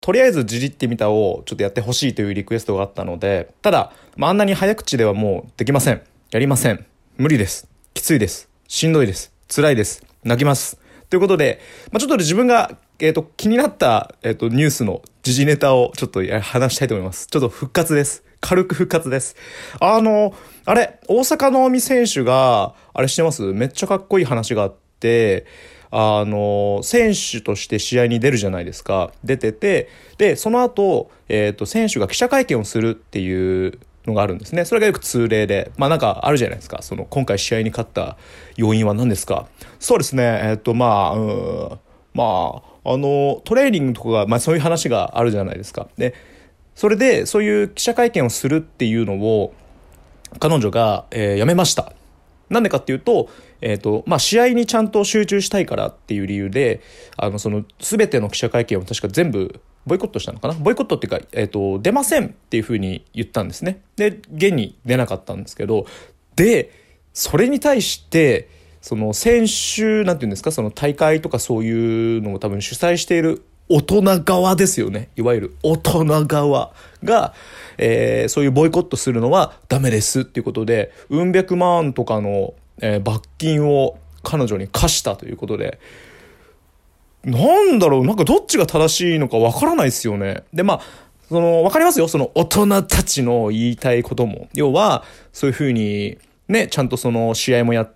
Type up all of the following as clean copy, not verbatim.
とりあえずじじってみたをちょっとやってほしいというリクエストがあったので、ただ、あんなに早口ではもうできません。やりません。無理です。きついです。しんどいです。辛いです。泣きます。ということで、ちょっと自分が、気になった、ニュースの時事ネタをちょっと話したいと思います。ちょっと復活です。軽く復活です。あれ、大坂なおみ選手が、あれ知ってます？めっちゃかっこいい話があって、選手として試合に出るじゃないですか。出てて、で、その後、選手が記者会見をするっていうのがあるんですね。それがよく通例で、なんかあるじゃないですか。今回試合に勝った要因は何ですか？そうですね。トレーニングとかが、そういう話があるじゃないですか。で、それで、そういう記者会見をするっていうのを、彼女が、やめました。なんでかっていうと、試合にちゃんと集中したいからっていう理由で、全ての記者会見を確か全部、ボイコットしたのかな？ボイコットっていうか、出ませんっていうふうに言ったんですね。で、現に出なかったんですけど、で、それに対して、選手、なんていうんですか、大会とかそういうのを多分主催している大人側ですよね。いわゆる大人側が、そういうボイコットするのはダメですっていうことで、うん百万とかの、罰金を彼女に課したということで、なんだろう、なんかどっちが正しいのかわからないですよね。で、わかりますよ。大人たちの言いたいことも。要は、そういうふうに、ね、ちゃんと試合もやって、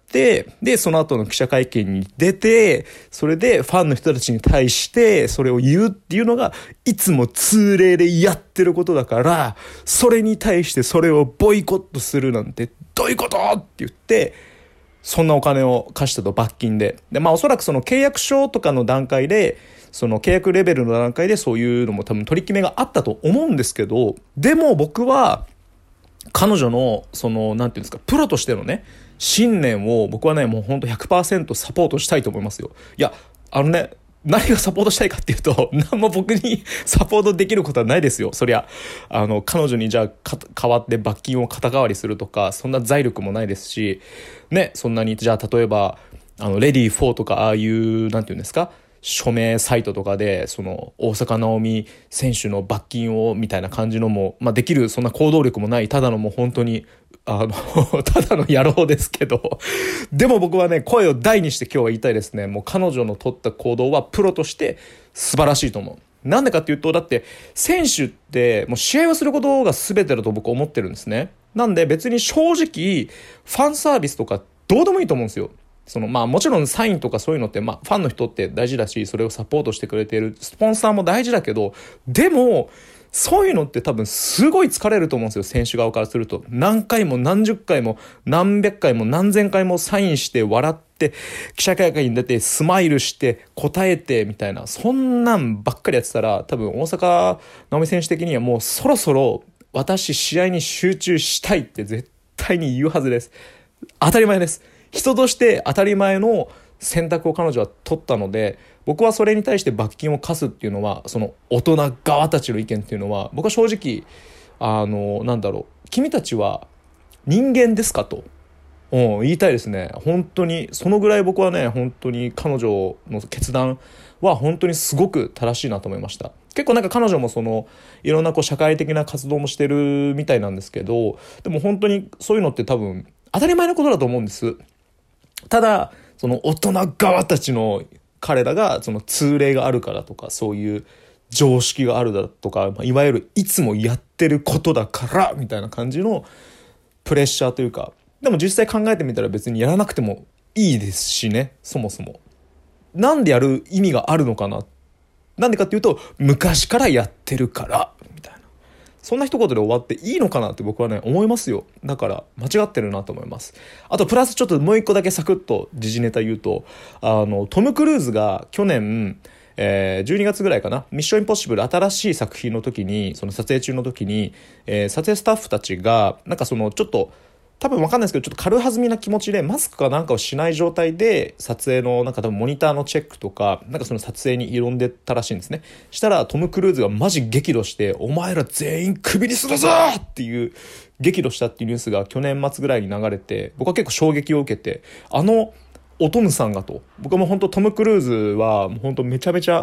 で、その後の記者会見に出て、それでファンの人たちに対してそれを言うっていうのが、いつも通例でやってることだから、それに対してそれをボイコットするなんてどういうことって言って、そんなお金を貸したと、罰金で。で、おそらく契約書とかの段階で、契約レベルの段階でそういうのも多分取り決めがあったと思うんですけど、でも僕は、彼女の、なんていうんですか、プロとしてのね、信念を僕はね、もうほんと 100% サポートしたいと思いますよ。いや、何がサポートしたいかっていうと、何も僕にサポートできることはないですよ。そりゃ、彼女にじゃあ代わって罰金を肩代わりするとか、そんな財力もないですし、ね、そんなに、じゃあ例えば、レディー4とか、ああいう、なんていうんですか、署名サイトとかで、大坂なおみ選手の罰金を、みたいな感じのも、できる、そんな行動力もない、ただのもう本当に、ただの野郎ですけど。でも僕はね、声を大にして今日は言いたいですね。もう彼女の取った行動はプロとして素晴らしいと思う。なんでかっていうと、だって、選手って、もう試合をすることが全てだと僕は思ってるんですね。なんで別に正直、ファンサービスとかどうでもいいと思うんですよ。もちろんサインとかそういうのって、ファンの人って大事だし、それをサポートしてくれているスポンサーも大事だけど、でも、そういうのって多分すごい疲れると思うんですよ、選手側からすると。何回も何十回も何百回も何千回もサインして笑って、記者会見に出てスマイルして答えてみたいな、そんなんばっかりやってたら、多分大坂なおみ選手的にはもうそろそろ私試合に集中したいって絶対に言うはずです。当たり前です。人として当たり前の選択を彼女は取ったので、僕はそれに対して罰金を課すっていうのは、大人側たちの意見っていうのは、僕は正直、君たちは人間ですかと、言いたいですね。本当に、そのぐらい僕はね、本当に彼女の決断は本当にすごく正しいなと思いました。結構なんか彼女もいろんな社会的な活動もしてるみたいなんですけど、でも本当にそういうのって多分当たり前のことだと思うんです。ただ、大人側たちの彼らが通例があるからとか、そういう常識があるだとか、いわゆるいつもやってることだからみたいな感じのプレッシャーというか、でも実際考えてみたら別にやらなくてもいいですしね。そもそもなんでやる意味があるのかな。なんでかっていうと、昔からやってるからみたいな、そんな一言で終わっていいのかなって僕はね思いますよ。だから間違ってるなと思います。あとプラスちょっともう一個だけサクッと時事ネタ言うと、トム・クルーズが去年12月ぐらいかな、ミッションインポッシブル新しい作品の時に、撮影中の時に、撮影スタッフたちがなんかちょっと多分分かんないですけど、ちょっと軽はずみな気持ちでマスクかなんかをしない状態で撮影のなんか多分モニターのチェックとかなんか撮影に挑んでたらしいんですね。したらトム・クルーズがマジ激怒して、お前ら全員クビにするぞっていう激怒したっていうニュースが去年末ぐらいに流れて、僕は結構衝撃を受けて、おトムさんがと、僕はもう本当トム・クルーズはもう本当めちゃめちゃ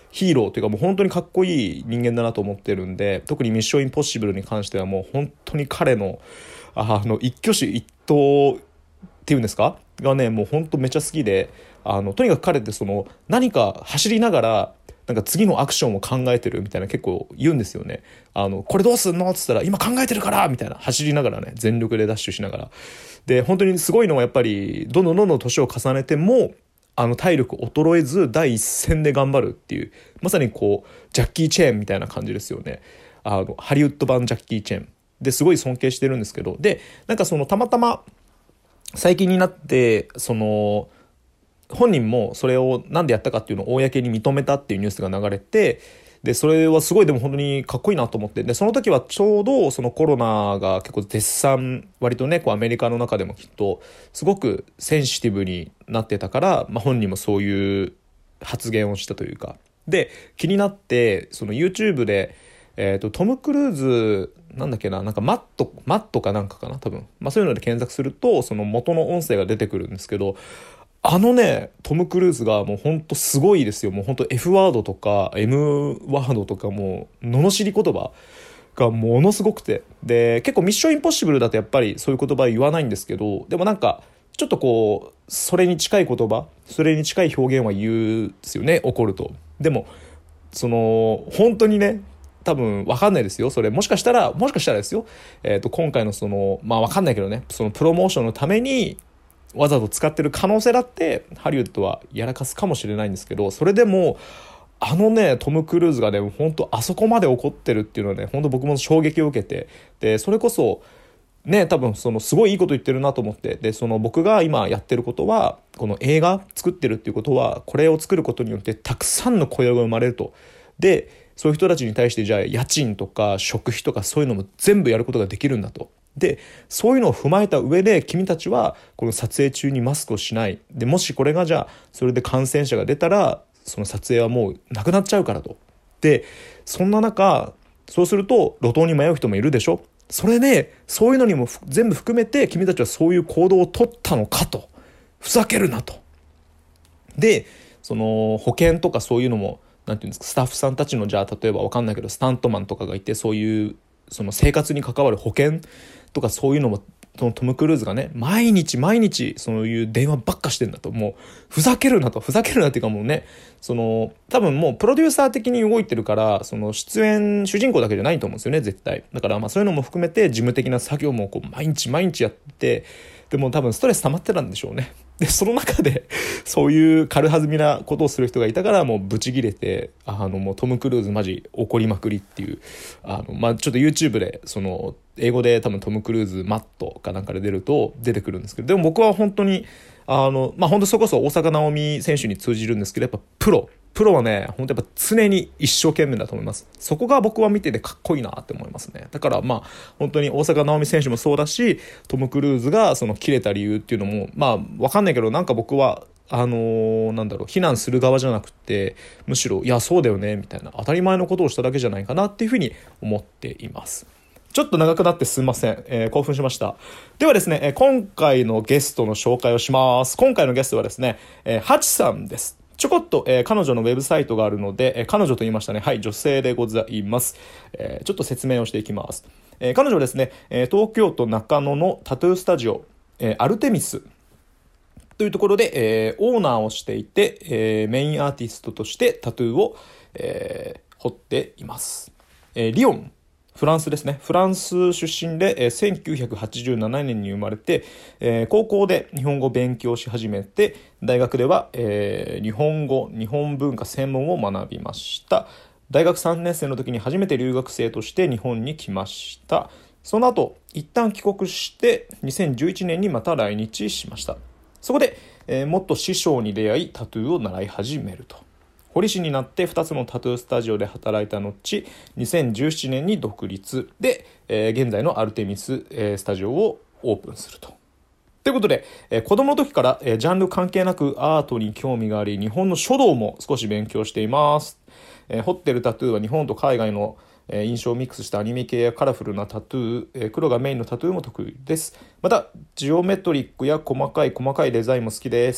ヒーローというかもう本当にかっこいい人間だなと思ってるんで、特にミッションインポッシブルに関してはもう本当に彼の一挙手一投っていうんですかがね、もう本当めちゃ好きで、とにかく彼ってその何か走りながらなんか次のアクションを考えてるみたいな結構言うんですよね。これどうすんのって言ったら今考えてるからみたいな、走りながらね、全力でダッシュしながら。で、本当にすごいのはやっぱりどんどんどんどん年を重ねても体力衰えず第一線で頑張るっていう、まさにこうジャッキー・チェーンみたいな感じですよね。ハリウッド版ジャッキー・チェーンですごい尊敬してるんですけど、でなんかそのたまたま最近になってその本人もそれをなんでやったかっていうのを公に認めたっていうニュースが流れて、でそれはすごいでも本当にかっこいいなと思って、でその時はちょうどそのコロナが結構絶賛割とねこうアメリカの中でもきっとすごくセンシティブになってたから、本人もそういう発言をしたというかで、気になってその YouTube で、トム・クルーズなんだっけな、なんかマットかなんかかな多分、そういうので検索するとその元の音声が出てくるんですけど、トム・クルーズがもうほんとすごいですよ。もうほんと F ワードとか M ワードとかもう罵り言葉がものすごくて、で結構ミッションインポッシブルだとやっぱりそういう言葉は言わないんですけど、でもなんかちょっとこうそれに近い言葉、それに近い表現は言うんですよね、怒ると。でもその本当にね、多分分かんないですよ、それもしかしたらですよ、今回のその分かんないけどね、そのプロモーションのためにわざと使ってる可能性だってハリウッドはやらかすかもしれないんですけど、それでもトム・クルーズがね本当あそこまで怒ってるっていうのはね、本当僕も衝撃を受けて、でそれこそね多分そのすごいいいこと言ってるなと思って、でその僕が今やってることはこの映画作ってるっていうことは、これを作ることによってたくさんの雇用が生まれると。でそういう人たちに対してじゃあ家賃とか食費とかそういうのも全部やることができるんだと。でそういうのを踏まえた上で君たちはこの撮影中にマスクをしないで、もしこれがじゃあそれで感染者が出たらその撮影はもうなくなっちゃうからと。でそんな中そうすると路頭に迷う人もいるでしょ。それでそういうのにも全部含めて君たちはそういう行動を取ったのかと。ふざけるなと。でその保険とかそういうのもなんていうんですか、スタッフさんたちのじゃあ例えば分かんないけどスタントマンとかがいて、そういうその生活に関わる保険とかそういうのもそのトム・クルーズがね毎日そういう電話ばっかしてんだと。もうふざけるなっていうか、もうねその多分もうプロデューサー的に動いてるから、その主人公だけじゃないと思うんですよね絶対。だからそういうのも含めて事務的な作業もこう毎日やって、でも多分ストレス溜まってたんでしょうね。でその中でそういう軽はずみなことをする人がいたから、もうブチギレてもうトム・クルーズマジ怒りまくりっていう、ちょっと YouTube でその英語で多分トム・クルーズマットかなんかで出てくるんですけど、でも僕は本当に本当それこそ大坂なおみ選手に通じるんですけど、やっぱプロはね本当やっぱ常に一生懸命だと思います。そこが僕は見ててかっこいいなって思いますね。だから本当に大坂なおみ選手もそうだし、トム・クルーズがその切れた理由っていうのも分かんないけど、なんか僕は非難する側じゃなくて、むしろいやそうだよねみたいな、当たり前のことをしただけじゃないかなっていうふうに思っています。ちょっと長くなってすみません、興奮しました。ではですね、今回のゲストの紹介をします。今回のゲストはですね、ハチさんです。ちょこっと、彼女のウェブサイトがあるので、彼女と言いましたね。はい、女性でございます。ちょっと説明をしていきます。彼女はですね、東京都中野のタトゥースタジオ、アルテミスというところで、オーナーをしていて、メインアーティストとしてタトゥーを、彫っています。リオンフランスですね。フランス出身で、1987年に生まれて、高校で日本語を勉強し始めて、大学では、日本語、日本文化専門を学びました。大学3年生の時に初めて留学生として日本に来ました。その後、一旦帰国して、2011年にまた来日しました。そこで、もっと師匠に出会い、タトゥーを習い始めると。彫師になって2つのタトゥースタジオで働いた後、2017年に独立で、現在のアルテミス、スタジオをオープンすると。ということで、子供の時から、ジャンル関係なくアートに興味があり、日本の書道も少し勉強しています。彫ってるタトゥーは日本と海外の印象をミックスしたアニメ系やカラフルなタトゥー、黒がメインのタトゥーも得意です。またジオメトリックや細かいデザインも好きです。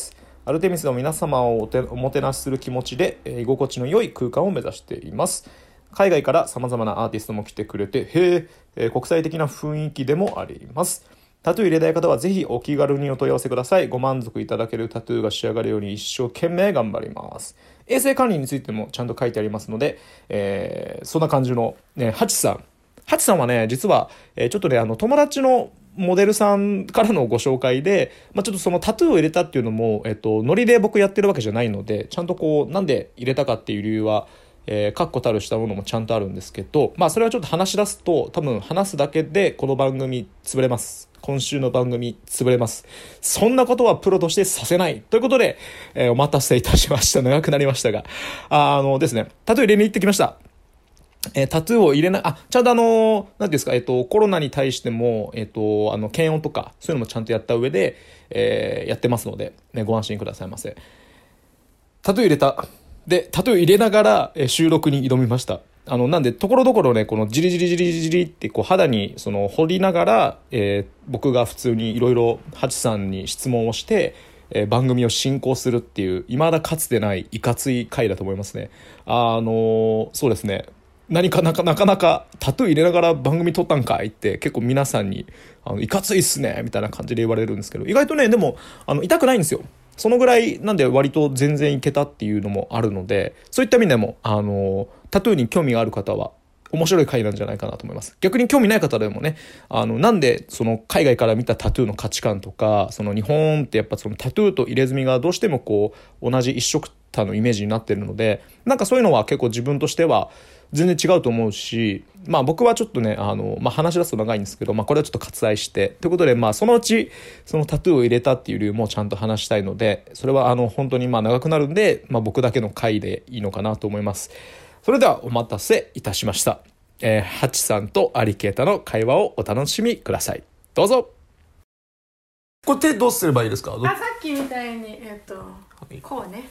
アルテミスの皆様をおもてなしする気持ちで、居心地の良い空間を目指しています。海外から様々なアーティストも来てくれて、国際的な雰囲気でもあります。タトゥー入れたい方はぜひお気軽にお問い合わせください。ご満足いただけるタトゥーが仕上がるように一生懸命頑張ります。衛生管理についてもちゃんと書いてありますので、そんな感じの、ハチさんはね、実は、ちょっとね、友達のモデルさんからのご紹介で、ちょっとそのタトゥーを入れたっていうのも、ノリで僕やってるわけじゃないので、ちゃんとこう、なんで入れたかっていう理由は、確固たるしたものもちゃんとあるんですけど、それはちょっと話し出すと、多分話すだけでこの番組潰れます。今週の番組潰れます。そんなことはプロとしてさせない。ということで、お待たせいたしました。長くなりましたが。ですね、タトゥー入れに行ってきました。タトゥーを入れない、ちゃんとなんていうんですか、コロナに対しても、検温とか、そういうのもちゃんとやった上で、やってますので、ご安心くださいませ。タトゥー入れた。で、タトゥー入れながら、収録に挑みました。なんで、ところどころね、このジリジリジリジリってこう肌に掘りながら、僕が普通にいろいろハチさんに質問をして、番組を進行するっていう、未だかつてないいかつい回だと思いますね。そうですね。なかなかタトゥー入れながら番組撮ったんかいって結構皆さんに、いかついっすね、みたいな感じで言われるんですけど、意外とね、でも、痛くないんですよ。そのぐらいなんで割と全然いけたっていうのもあるので、そういった意味でも、タトゥーに興味がある方は面白い回なんじゃないかなと思います。逆に興味ない方でもね、なんでその海外から見たタトゥーの価値観とか、その日本ってやっぱそのタトゥーと入れ墨がどうしてもこう同じ一色たのイメージになってるので、なんかそういうのは結構自分としては全然違うと思うし、僕はちょっとね、話し出すと長いんですけど、これはちょっと割愛して、ということで、そのうち、そのタトゥーを入れたっていう理由もちゃんと話したいので、それは本当に長くなるんで、僕だけの回でいいのかなと思います。それではお待たせいたしました。ハチさんとアリケータの会話をお楽しみください。どうぞ。これ手どうすればいいですか？ さっきみたいに、こうね。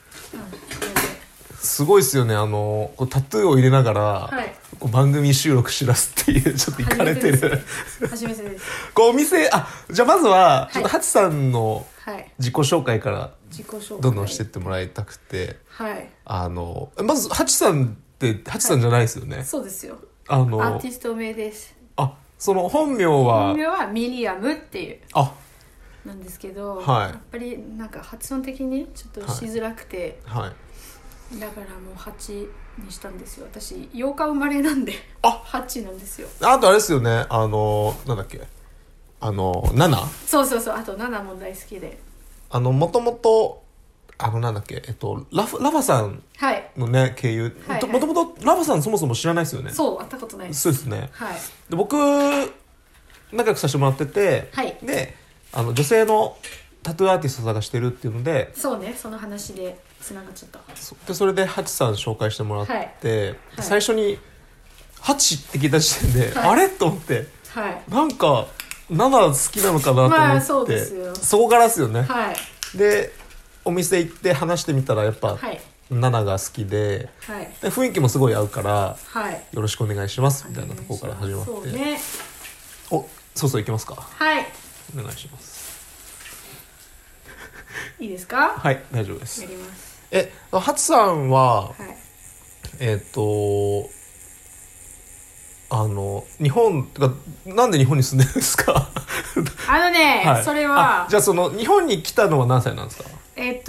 すごいですよね。こうタトゥーを入れながら、こう番組収録しだすっていう、ちょっといかれてる。 初めてです。 こうお店、じゃあまずは、ちょっとハチさんの自己紹介からどんどんしてってもらいたくて、まずハチさんってハチさんじゃないですよね。 そうですよ。アーティスト名です。 その本名はミリアムっていうなんですけど、やっぱりなんか発音的にちょっとしづらくて、だからもう8にしたんですよ。私8日生まれなんで8なんですよ。 あとあれですよね、なんだっけ、7？ そうあと7も大好きで、 もともとなんだっけ、ラファさんのね、経由、もともとラファさんそもそも知らないですよね。 そう、会ったことないです。 そうですね。で、僕仲良くさせてもらってて、で女性のタトゥーアーティスト探してるっていうので、 そうね、その話でつながっちゃった。 でそれでハチさん紹介してもらって、最初にハチって聞いた時点で、あれと思って、なんか7好きなのかなと思って、そこからですよね。でお店行って話してみたらやっぱ、7が好きで、で雰囲気もすごい合うから、よろしくお願いしますみたいなところから始まって、そう行きますか。お願いします。 いいですか？ はい、大丈夫です。 やります。 ハチさんは、日本とか、なんで日本に住んでるんですか？ それはじゃあその日本に来たのは何歳なんですか？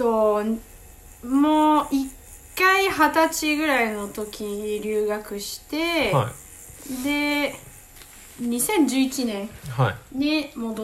もう一回20歳ぐらいの時留学して、で2011年に戻って、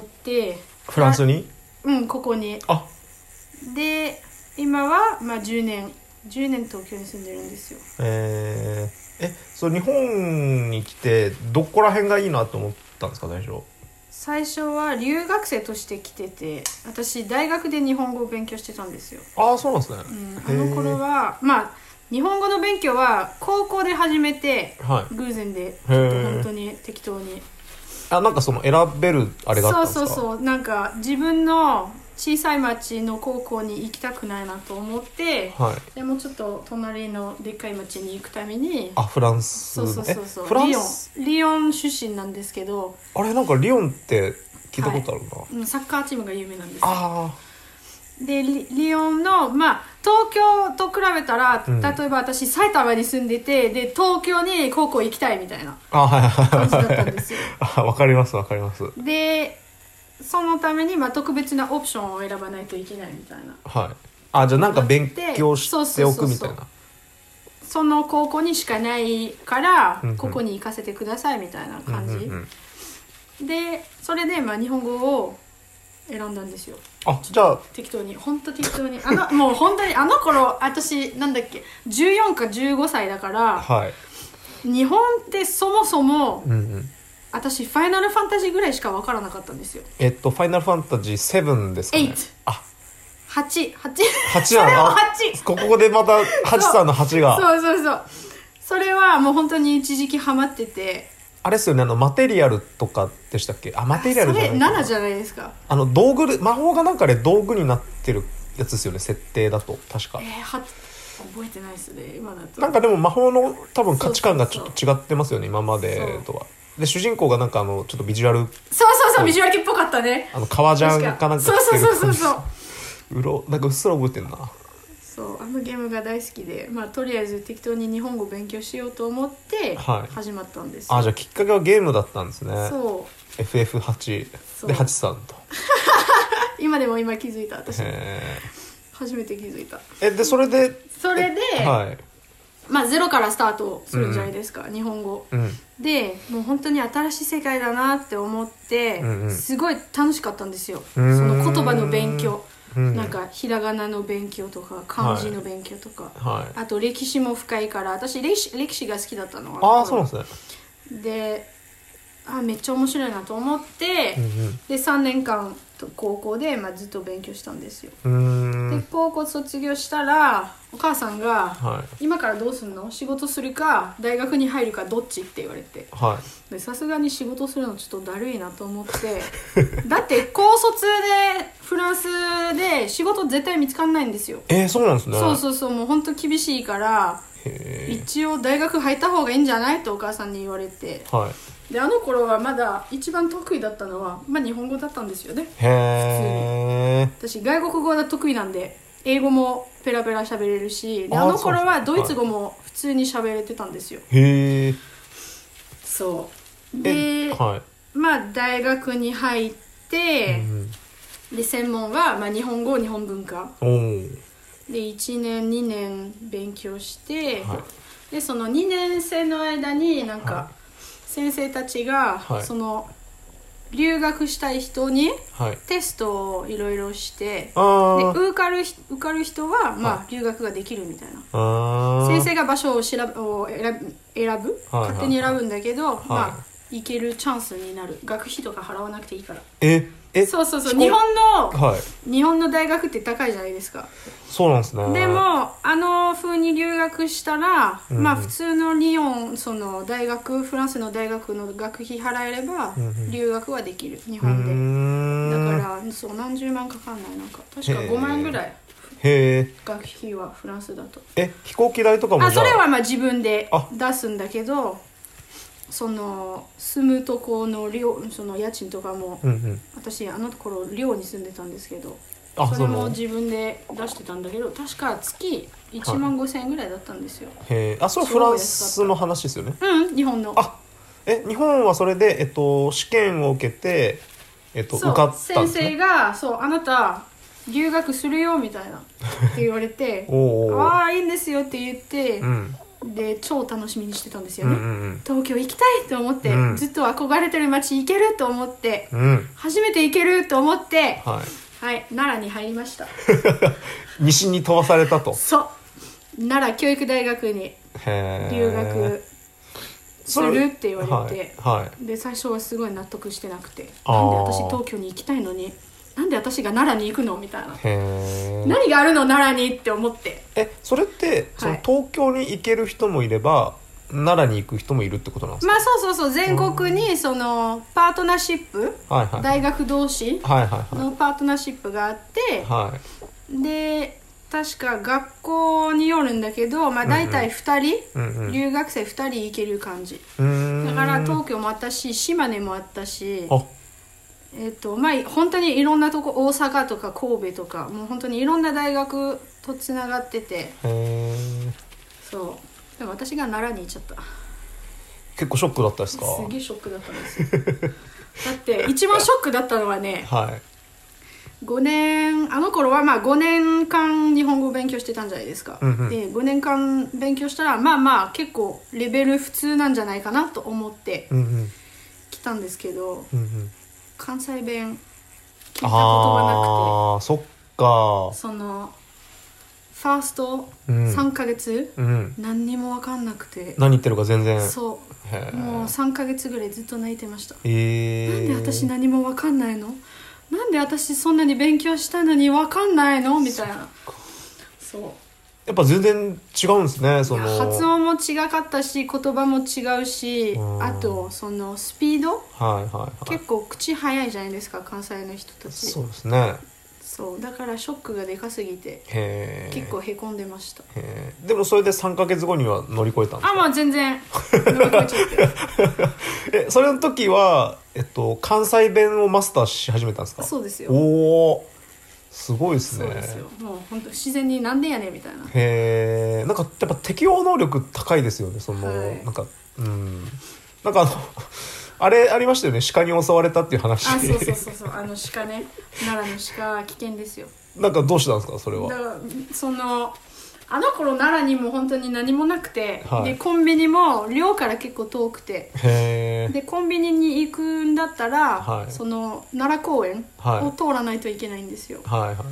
フランスに？ ここに。で今は10年東京に住んでるんですよ。 そう、日本に来てどこら辺がいいなと思ったんですか？ 最初は留学生として来てて、私大学で日本語を勉強してたんですよ。 そうなんですね。 あの頃は日本語の勉強は高校で始めて、偶然でちょっと本当に適当に、 なんかその選べるあれがあったんですか？ そうなんか自分の小さい町の高校に行きたくないなと思って、でもちょっと隣のでっかい町に行くために、 フランスのフランスリヨン出身なんですけど、 なんかリヨンって聞いたことあるな、 サッカーチームが有名なんですよ。 でリヨンの、まあ、東京と比べたら、例えば私埼玉に住んでてで東京に高校行きたいみたいな感じだったんですよ。 わかりますわかります。 でそのために、まあ、特別なオプションを選ばないといけないみたいな。 はい。じゃあなんか勉強しておくみたいな。 その高校にしかないから、ここに行かせてくださいみたいな感じ、でそれで、まあ、日本語を選んだんですよ。 じゃあ適当に本当適当にもう本当に頃私なんだっけ14か15歳だから、はい、日本ってそもそも、私ファイナルファンタジーぐらいしか分からなかったんですよ。 ファイナルファンタジー7ですかね。 8 ここでまた8さんの8がそうそれはもう本当に一時期ハマってて、 あれですよね、マテリアルとかでしたっけ。マテリアルじゃない、 それ7じゃないですか。 道具で魔法がなんかで道具になってるやつですよね、設定だと確か。 覚えてないですね今だと。 なんかでも魔法の多分価値観がちょっと違ってますよね今までとは。で主人公がなんかちょっとビジュアルビジュアル系っぽかったね。 革ジャンかなんか着てるそうなんかうっすら覚えてんな。 そうゲームが大好きで、まあ、とりあえず適当に日本語勉強しようと思って始まったんですよ。 じゃあきっかけはゲームだったんですね。 そう FF8 で8さんと今気づいた。私初めて気づいた。 でそれではい、まあ0からスタートするんじゃないですか、日本語、でもう本当に新しい世界だなって思って、すごい楽しかったんですよ。その言葉の勉強、なんかひらがなの勉強とか漢字の勉強とか、あと歴史も深いから私歴史が好きだったのは。 そうなんですね。 でめっちゃ面白いなと思って、で3年間高校で、まあ、ずっと勉強したんですよ。で高校卒業したらお母さんが、今からどうするの、仕事するか大学に入るかどっちって言われて、さすがに仕事するのちょっとだるいなと思ってだって高卒でフランスで仕事絶対見つかんないんですよ。 そうなんですね。 そうもう本当厳しいから一応大学入った方がいいんじゃないとお母さんに言われて、で頃はまだ一番得意だったのは、まあ、日本語だったんですよね。普通に私外国語が得意なんで英語もペラペラ喋れるし、で頃はドイツ語も普通に喋れてたんですよ。そうで、まあ大学に入って、で専門は、まあ、日本語日本文化で1年2年勉強して、でその2年生の間になんか、先生たちが、その留学したい人にテストをいろいろして、で受かる人は、まあ留学ができるみたいな。先生が場所を選ぶ、勝手に選ぶんだけど、まあ行けるチャンスになる。学費とか払わなくていいから。そう日本の大学って高いじゃないですか。 そうなんですね。 でも風に留学したら、まあ普通のリヨンその大学フランスの大学の学費払えれば、留学はできる日本で。だからそう何十万かかんない、なんか確か5万円ぐらい。学費はフランスだと。 飛行機代とかもそれはまあ自分で出すんだけど、その住むとこのその家賃とかも、私頃寮に住んでたんですけど、それも自分で出してたんだけど、確か月1万5千円ぐらいだったんですよ。 それはフランスの話ですよね。 日本の。 日本はそれで、試験を受けて、受かったんですね。先生があなた留学するよみたいなって言われていいんですよって言って、で超楽しみにしてたんですよね。東京行きたいと思って、ずっと憧れてる街行けると思って、初めて行けると思って、奈良に入りました西に飛ばされたと。 奈良教育大学に留学するって言われて、で最初はすごい納得してなくて、なんで私東京に行きたいのになんで私が奈良に行くのみたいな、何があるの奈良にって思って。 それってその東京に行ける人もいれば、奈良に行く人もいるってことなんですか。 まあそう全国にそのパートナーシップ、大学同士のパートナーシップがあって、で確か学校によるんだけど、まあ大体2人、留学生2人行ける感じだから、東京もあったし島根もあったし、 まあ本当にいろんなとこ、大阪とか神戸とかもう本当にいろんな大学とつながってて、そうでも私が奈良に行っちゃった。 結構ショックだったですか？ すげえショックだったんですよだって一番ショックだったのはね、 はい、 5年あの頃はまあ5年間日本語を勉強してたんじゃないですか、 うんうん、 で5年間勉強したらまあまあ結構レベル普通なんじゃないかなと思って来たんですけど、 うんうん、 関西弁聞いたことがなくて、 そっか、 そのファースト3ヶ月、 うん、 何にも分かんなくて、 何言ってるか全然、 そうもう3ヶ月ぐらいずっと泣いてました。 なんで私何も分かんないの、なんで私そんなに勉強したのに分かんないのみたいな。そうやっぱ全然違うんですね。その発音も違かったし言葉も違うし、あとそのスピード、 はいはいはい、 結構口早いじゃないですか関西の人たち。 そうですね。 そうだからショックがでかすぎて結構へこんでました。 でもそれで3ヶ月後には乗り越えたんですか？ まあ全然乗り越えちゃってそれの時は、関西弁をマスターし始めたんですか？ そうですよ。 おー、すごいですね。 そうですよ。もう本当自然になんでやねんみたいな。 なんかやっぱ適応能力高いですよね。その、はい、なんかあれありましたよね、鹿に襲われたっていう話。 そう鹿ね、奈良の鹿危険ですよ。 なんかどうしたんですかそれは？ だからそのあの頃奈良にも本当に何もなくて、はい、でコンビニも寮から結構遠くて、でコンビニに行くんだったら、はい、その奈良公園を通らないといけないんですよ、はいはいはい、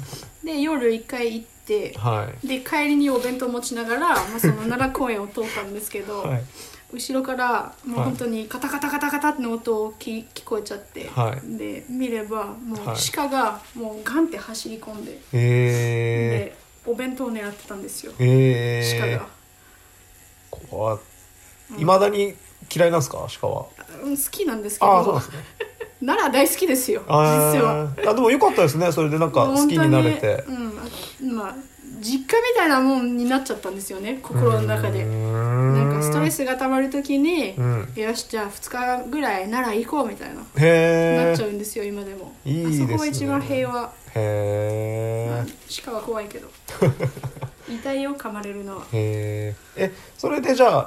で夜一回行って、はい、で帰りにお弁当持ちながら、その奈良公園を通ったんですけど、はい、後ろからもう本当にカタカタカタカタっての音を聞こえちゃって、はい、で見ればもう鹿がもうガンって走り込んで、でお弁当を狙ってたんですよ、鹿が。 怖い。未だに嫌いなんですか鹿は？好きなんですけど。 そうですね奈良大好きですよ実は。 でも良かったですねそれでなんか好きになれて、 まあ実家みたいなもんになっちゃったんですよね心の中で。なんかストレスが溜まる時に、よしじゃあ2日ぐらい奈良行こうみたいななっちゃうんですよ今でも。いいですね。あそこが一番平和。鹿は怖いけど痛いよ噛まれるのは。 それでじゃあ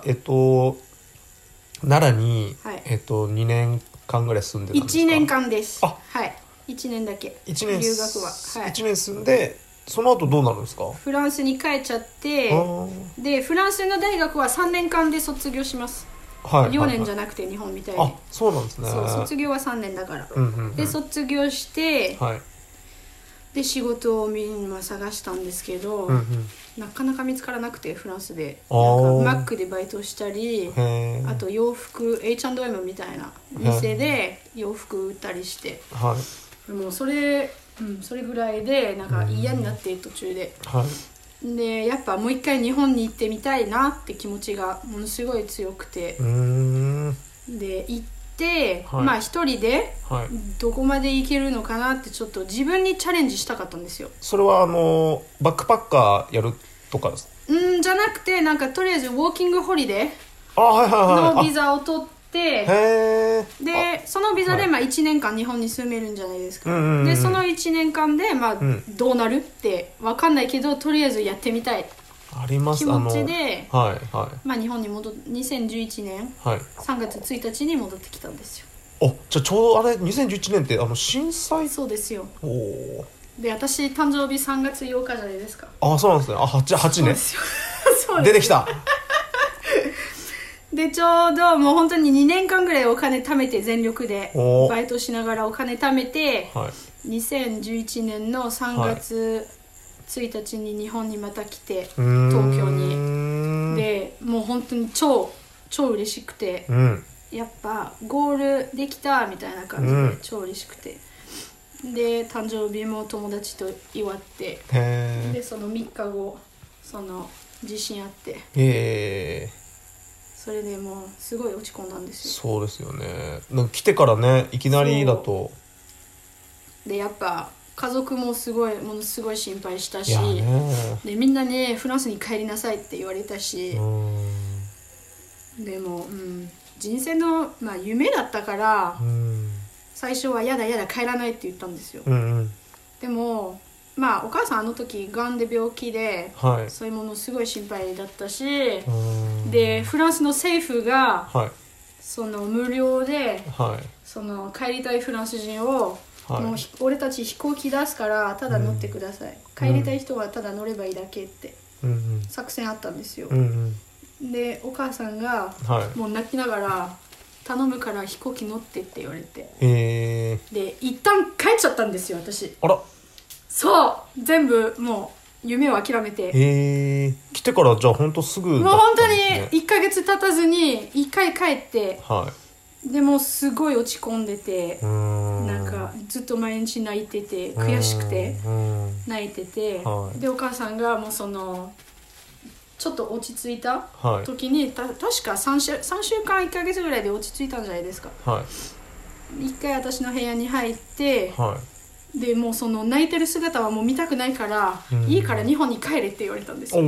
奈良に、はい、2年間ぐらい住んでたんですか？1 年間です。はい、1年だけ。1年留学は、はい、 1年住んでその後どうなるんですか？ フランスに帰っちゃって、でフランスの大学は3年間で卒業します、はい、4年じゃなくて日本みたいに。 そうなんですね。 そう卒業は3年だから、で卒業して、はい、で仕事を今探したんですけど、なかなか見つからなくてフランスでなんかマックでバイトしたり、あと洋服 H&M みたいな店で洋服売ったりして、もうそれぐらいでなんか嫌になって途中で、でやっぱもう一回日本に行ってみたいなって気持ちがものすごい強くて、で行って、まあ一人でどこまで行けるのかなってちょっと自分にチャレンジしたかったんですよ。 それはバックパッカーやるとかです？ じゃなくてなんかとりあえずウォーキングホリデーのビザを取って、でそのビザでまあ1年間日本に住めるんじゃないですか、でその1年間でまあどうなるって分かんないけどとりあえずやってみたい気持ちで、まあ日本に2011年3月1日に戻ってきたんですよ。 じゃあちょうどあれ2011年って震災？ そうですよ。で私誕生日3月8日じゃないですか。 そうなんですね。8年そう出てきたでちょうどもう本当に2年間ぐらいお金貯めて全力でバイトしながらお金貯めて、2011年の3月1日に日本にまた来て東京に。でもう本当に超嬉しくて、やっぱゴールできたみたいな感じで超嬉しくて、で誕生日も友達と祝って、でその3日後その地震あって、それでもうすごい落ち込んだんですよ。 そうですよね。なんか来てからねいきなりだと。 でやっぱ家族もものすごい心配したし、でみんなねフランスに帰りなさいって言われたし、でも、人生の、夢だったから、 最初はやだやだ帰らないって言ったんですよ、 うんうん、 でもまあお母さんあの時がんで病気で、 はい、 そういうものすごい心配だったし、でフランスの政府が、はい、その無料で、はい、その帰りたいフランス人を、はい、もう俺たち飛行機出すからただ乗ってください、帰りたい人はただ乗ればいいだけって作戦あったんですよ、うんうん、でお母さんが、はい、もう泣きながら頼むから飛行機乗ってって言われて、で一旦帰っちゃったんですよ私。 あら、 そう全部もう夢を諦めて、 来てからじゃあ本当すぐだったんですね。 もう本当に1ヶ月経たずに1回帰って、はい、でもすごい落ち込んでて、なんかずっと毎日泣いてて悔しくて泣いてて、でお母さんがもうそのちょっと落ち着いた時に、確か3週間1ヶ月ぐらいで落ち着いたんじゃないですか、はい、1回私の部屋に入って、はい、でもうその泣いてる姿はもう見たくないから、いいから日本に帰れって言われたんですよ。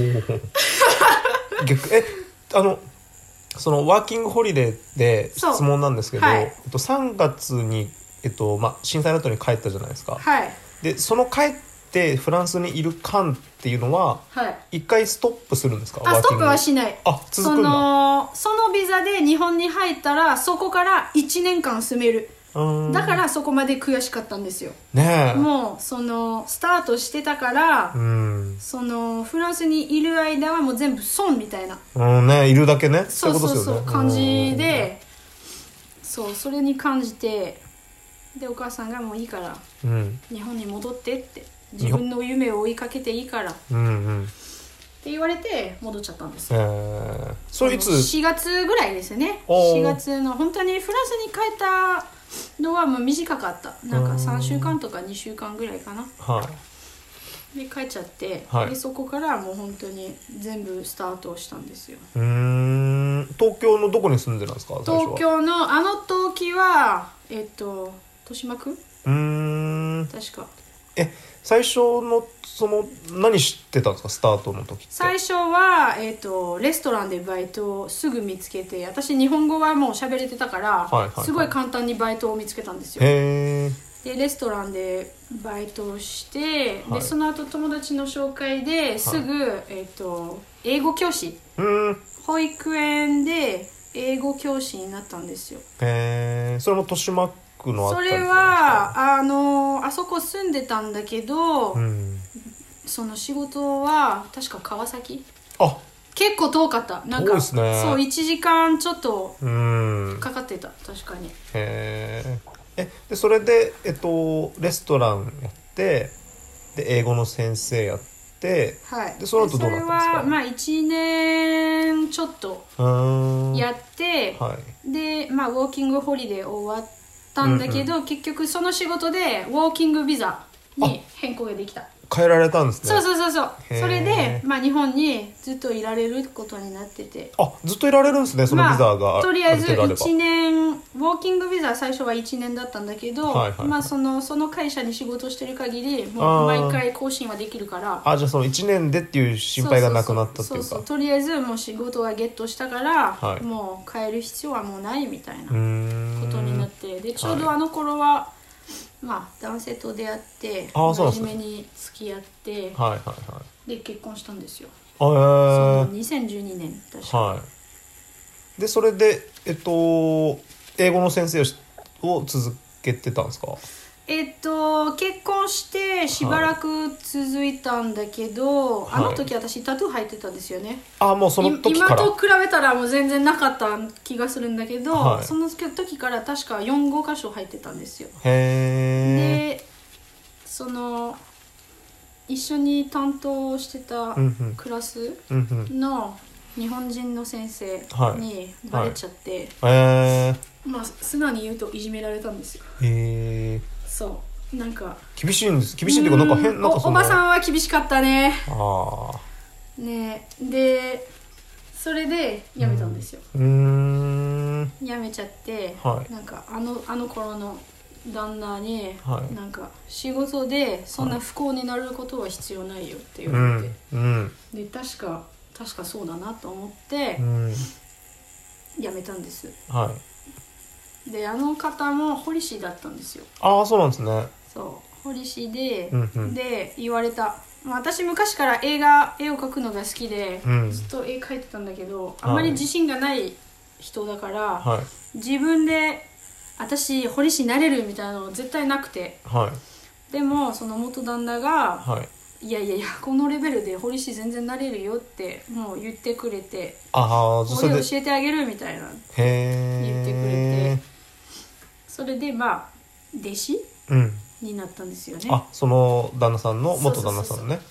そのワーキングホリデーで質問なんですけど、はい、3月に、震災の後に帰ったじゃないですか、はい、でその帰ってフランスにいる間っていうのは、はい、1回ストップするんですか？ ストップはしない。 続くんだ。 そのビザで日本に入ったらそこから1年間住める。だからそこまで悔しかったんですよ、ね、もうそのスタートしてたから、そのフランスにいる間はもう全部損みたいな、 ね、いるだけね、 そうそうそう、感じで、そうそれに感じて、でお母さんがもういいから、日本に戻ってって、自分の夢を追いかけていいから、って言われて戻っちゃったんですよ、 それいつ 4月ぐらいですね。4月の本当にフランスに帰ったのはもう短かった。なんか3週間とか2週間ぐらいかな、はい、で帰っちゃって、はい、でそこからもう本当に全部スタートしたんですよ。 東京のどこに住んでるんですか？ 東京のあの時は豊島区、確か。 最初のその何してたんですか？スタートの時って。 最初は、レストランでバイトをすぐ見つけて、私日本語はもう喋れてたから、はいはいはい、すごい簡単にバイトを見つけたんですよ。でレストランでバイトをして、はい、でその後友達の紹介ですぐ、はい、英語教師、保育園で英語教師になったんですよ。 それも豊島区のあたり？ それはあそこ住んでたんだけど、その仕事は確か川崎。結構遠かった。なんか、そう1時間ちょっとかかってた。確かに。 でそれでレストランやって、で英語の先生やって、はい、でその後どうなったんですか？ それはまあ1年ちょっとやって、はい、でウォーキングホリデー終わったんだけど、結局その仕事でウォーキングビザに変更ができた。 変えられたんですね。 そうそれで、日本にずっといられることになってて、 ずっといられるんですね、そのビザが、 とりあえず1年ウォーキングビザ最初は1年だったんだけど、その会社に仕事してる限りもう毎回更新はできるから、 じゃあその1年でっていう心配がなくなったっていうか、 そうとりあえずもう仕事はゲットしたから、もう変える必要はもうないみたいなことになって、でちょうどあの頃は、男性と出会って真面目に付き合って、で結婚したんですよ。その2012年確か、 でそれで英語の先生を続けてたんですか？ 結婚してしばらく続いたんだけど、あの時私タトゥー入ってたんですよね。 もうその時から。 今と比べたらもう全然なかった気がするんだけど、その時から確か4-5箇所入ってたんですよ。でその一緒に担当してたクラスの日本人の先生にバレちゃって、素直に言うといじめられたんですよ。そうなんか厳しいんです。厳しいっていうか、なんか変なおばさんは厳しかったね。ねでそれで辞めたんですよ。辞めちゃって、なんかあの頃の旦那に、なんか仕事でそんな不幸になることは必要ないよって言われて、で確かそうだなと思って辞めたんです。 であの方も彫師だったんですよ。 ああ、そうなんですね。 そう彫師で、 うんうん、 で言われた。私昔から絵を描くのが好きで、ずっと絵描いてたんだけど、あんまり自信がない人だから、はい、自分で私彫師になれるみたいなの絶対なくて、はい、でもその元旦那が、はい、いやこのレベルで彫師全然なれるよってもう言ってくれて、これ教えてあげるみたいな言ってくれて、それでまあ弟子、になったんですよね。 あ、その旦那さんの元旦那さんね。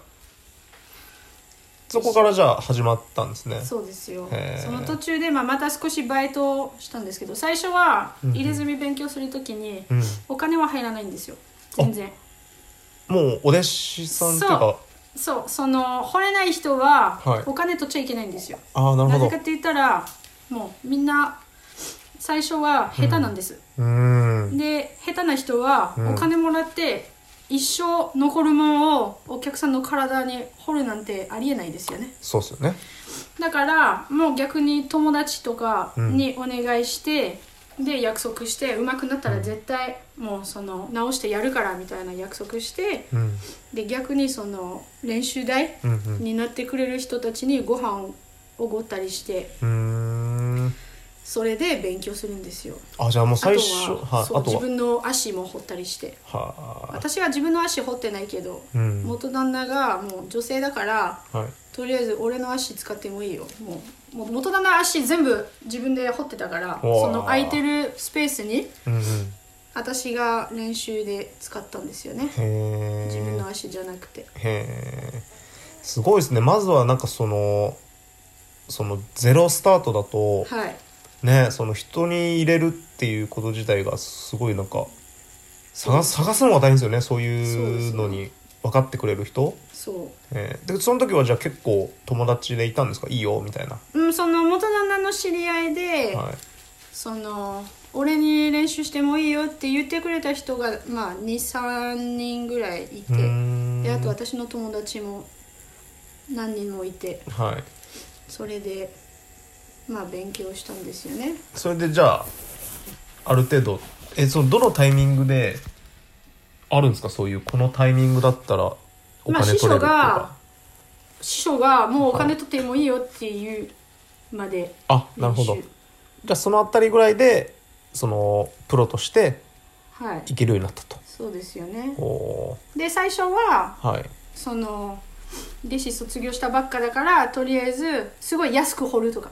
そこからじゃあ始まったんですね。 そうですよ。その途中でまた少しバイトをしたんですけど、最初は入れ墨勉強するときにお金は入らないんですよ、全然。 もうお弟子さんっていうか、 そうその惚れない人はお金取っちゃいけないんですよ。 あ、なるほど。 なぜかって言ったらもうみんな最初は下手なんです、で下手な人はお金もらって一生残るものをお客さんの体に彫るなんてありえないですよね。 そうですよね。 だからもう逆に友達とかにお願いして、で約束して上手くなったら絶対もうその直してやるからみたいな約束して、で逆にその練習台になってくれる人たちにご飯をおごったりして、それで勉強するんですよ。 あ、じゃあもう最初あとは自分の足も彫ったりして、私は自分の足彫ってないけど、元旦那がもう女性だから、とりあえず俺の足使ってもいいよ。もう元旦那足全部自分で彫ってたから、その空いてるスペースに、私が練習で使ったんですよね。自分の足じゃなくて。 すごいですね。まずはなんかそのゼロスタートだと、ね、その人に入れるっていうこと自体がすごいなんか探すのが大変ですよね。そういうのに分かってくれる人。でその時はじゃあ結構友達でいたんですか？いいよみたいな。 その元旦那の知り合いで、その俺に練習してもいいよって言ってくれた人が、2,3 人ぐらいいて、であと私の友達も何人もいて、それで勉強したんですよね。 それでじゃあある程度そのどのタイミングであるんですか？そういうこのタイミングだったらお金取れるっていうか、 師匠がもうお金取ってもいいよっていうまで。 あ、なるほど。じゃあそのあたりぐらいでそのプロとしていけるようになったと。 そうですよね。で最初は、その弟子卒業したばっかだからとりあえずすごい安く彫るとか、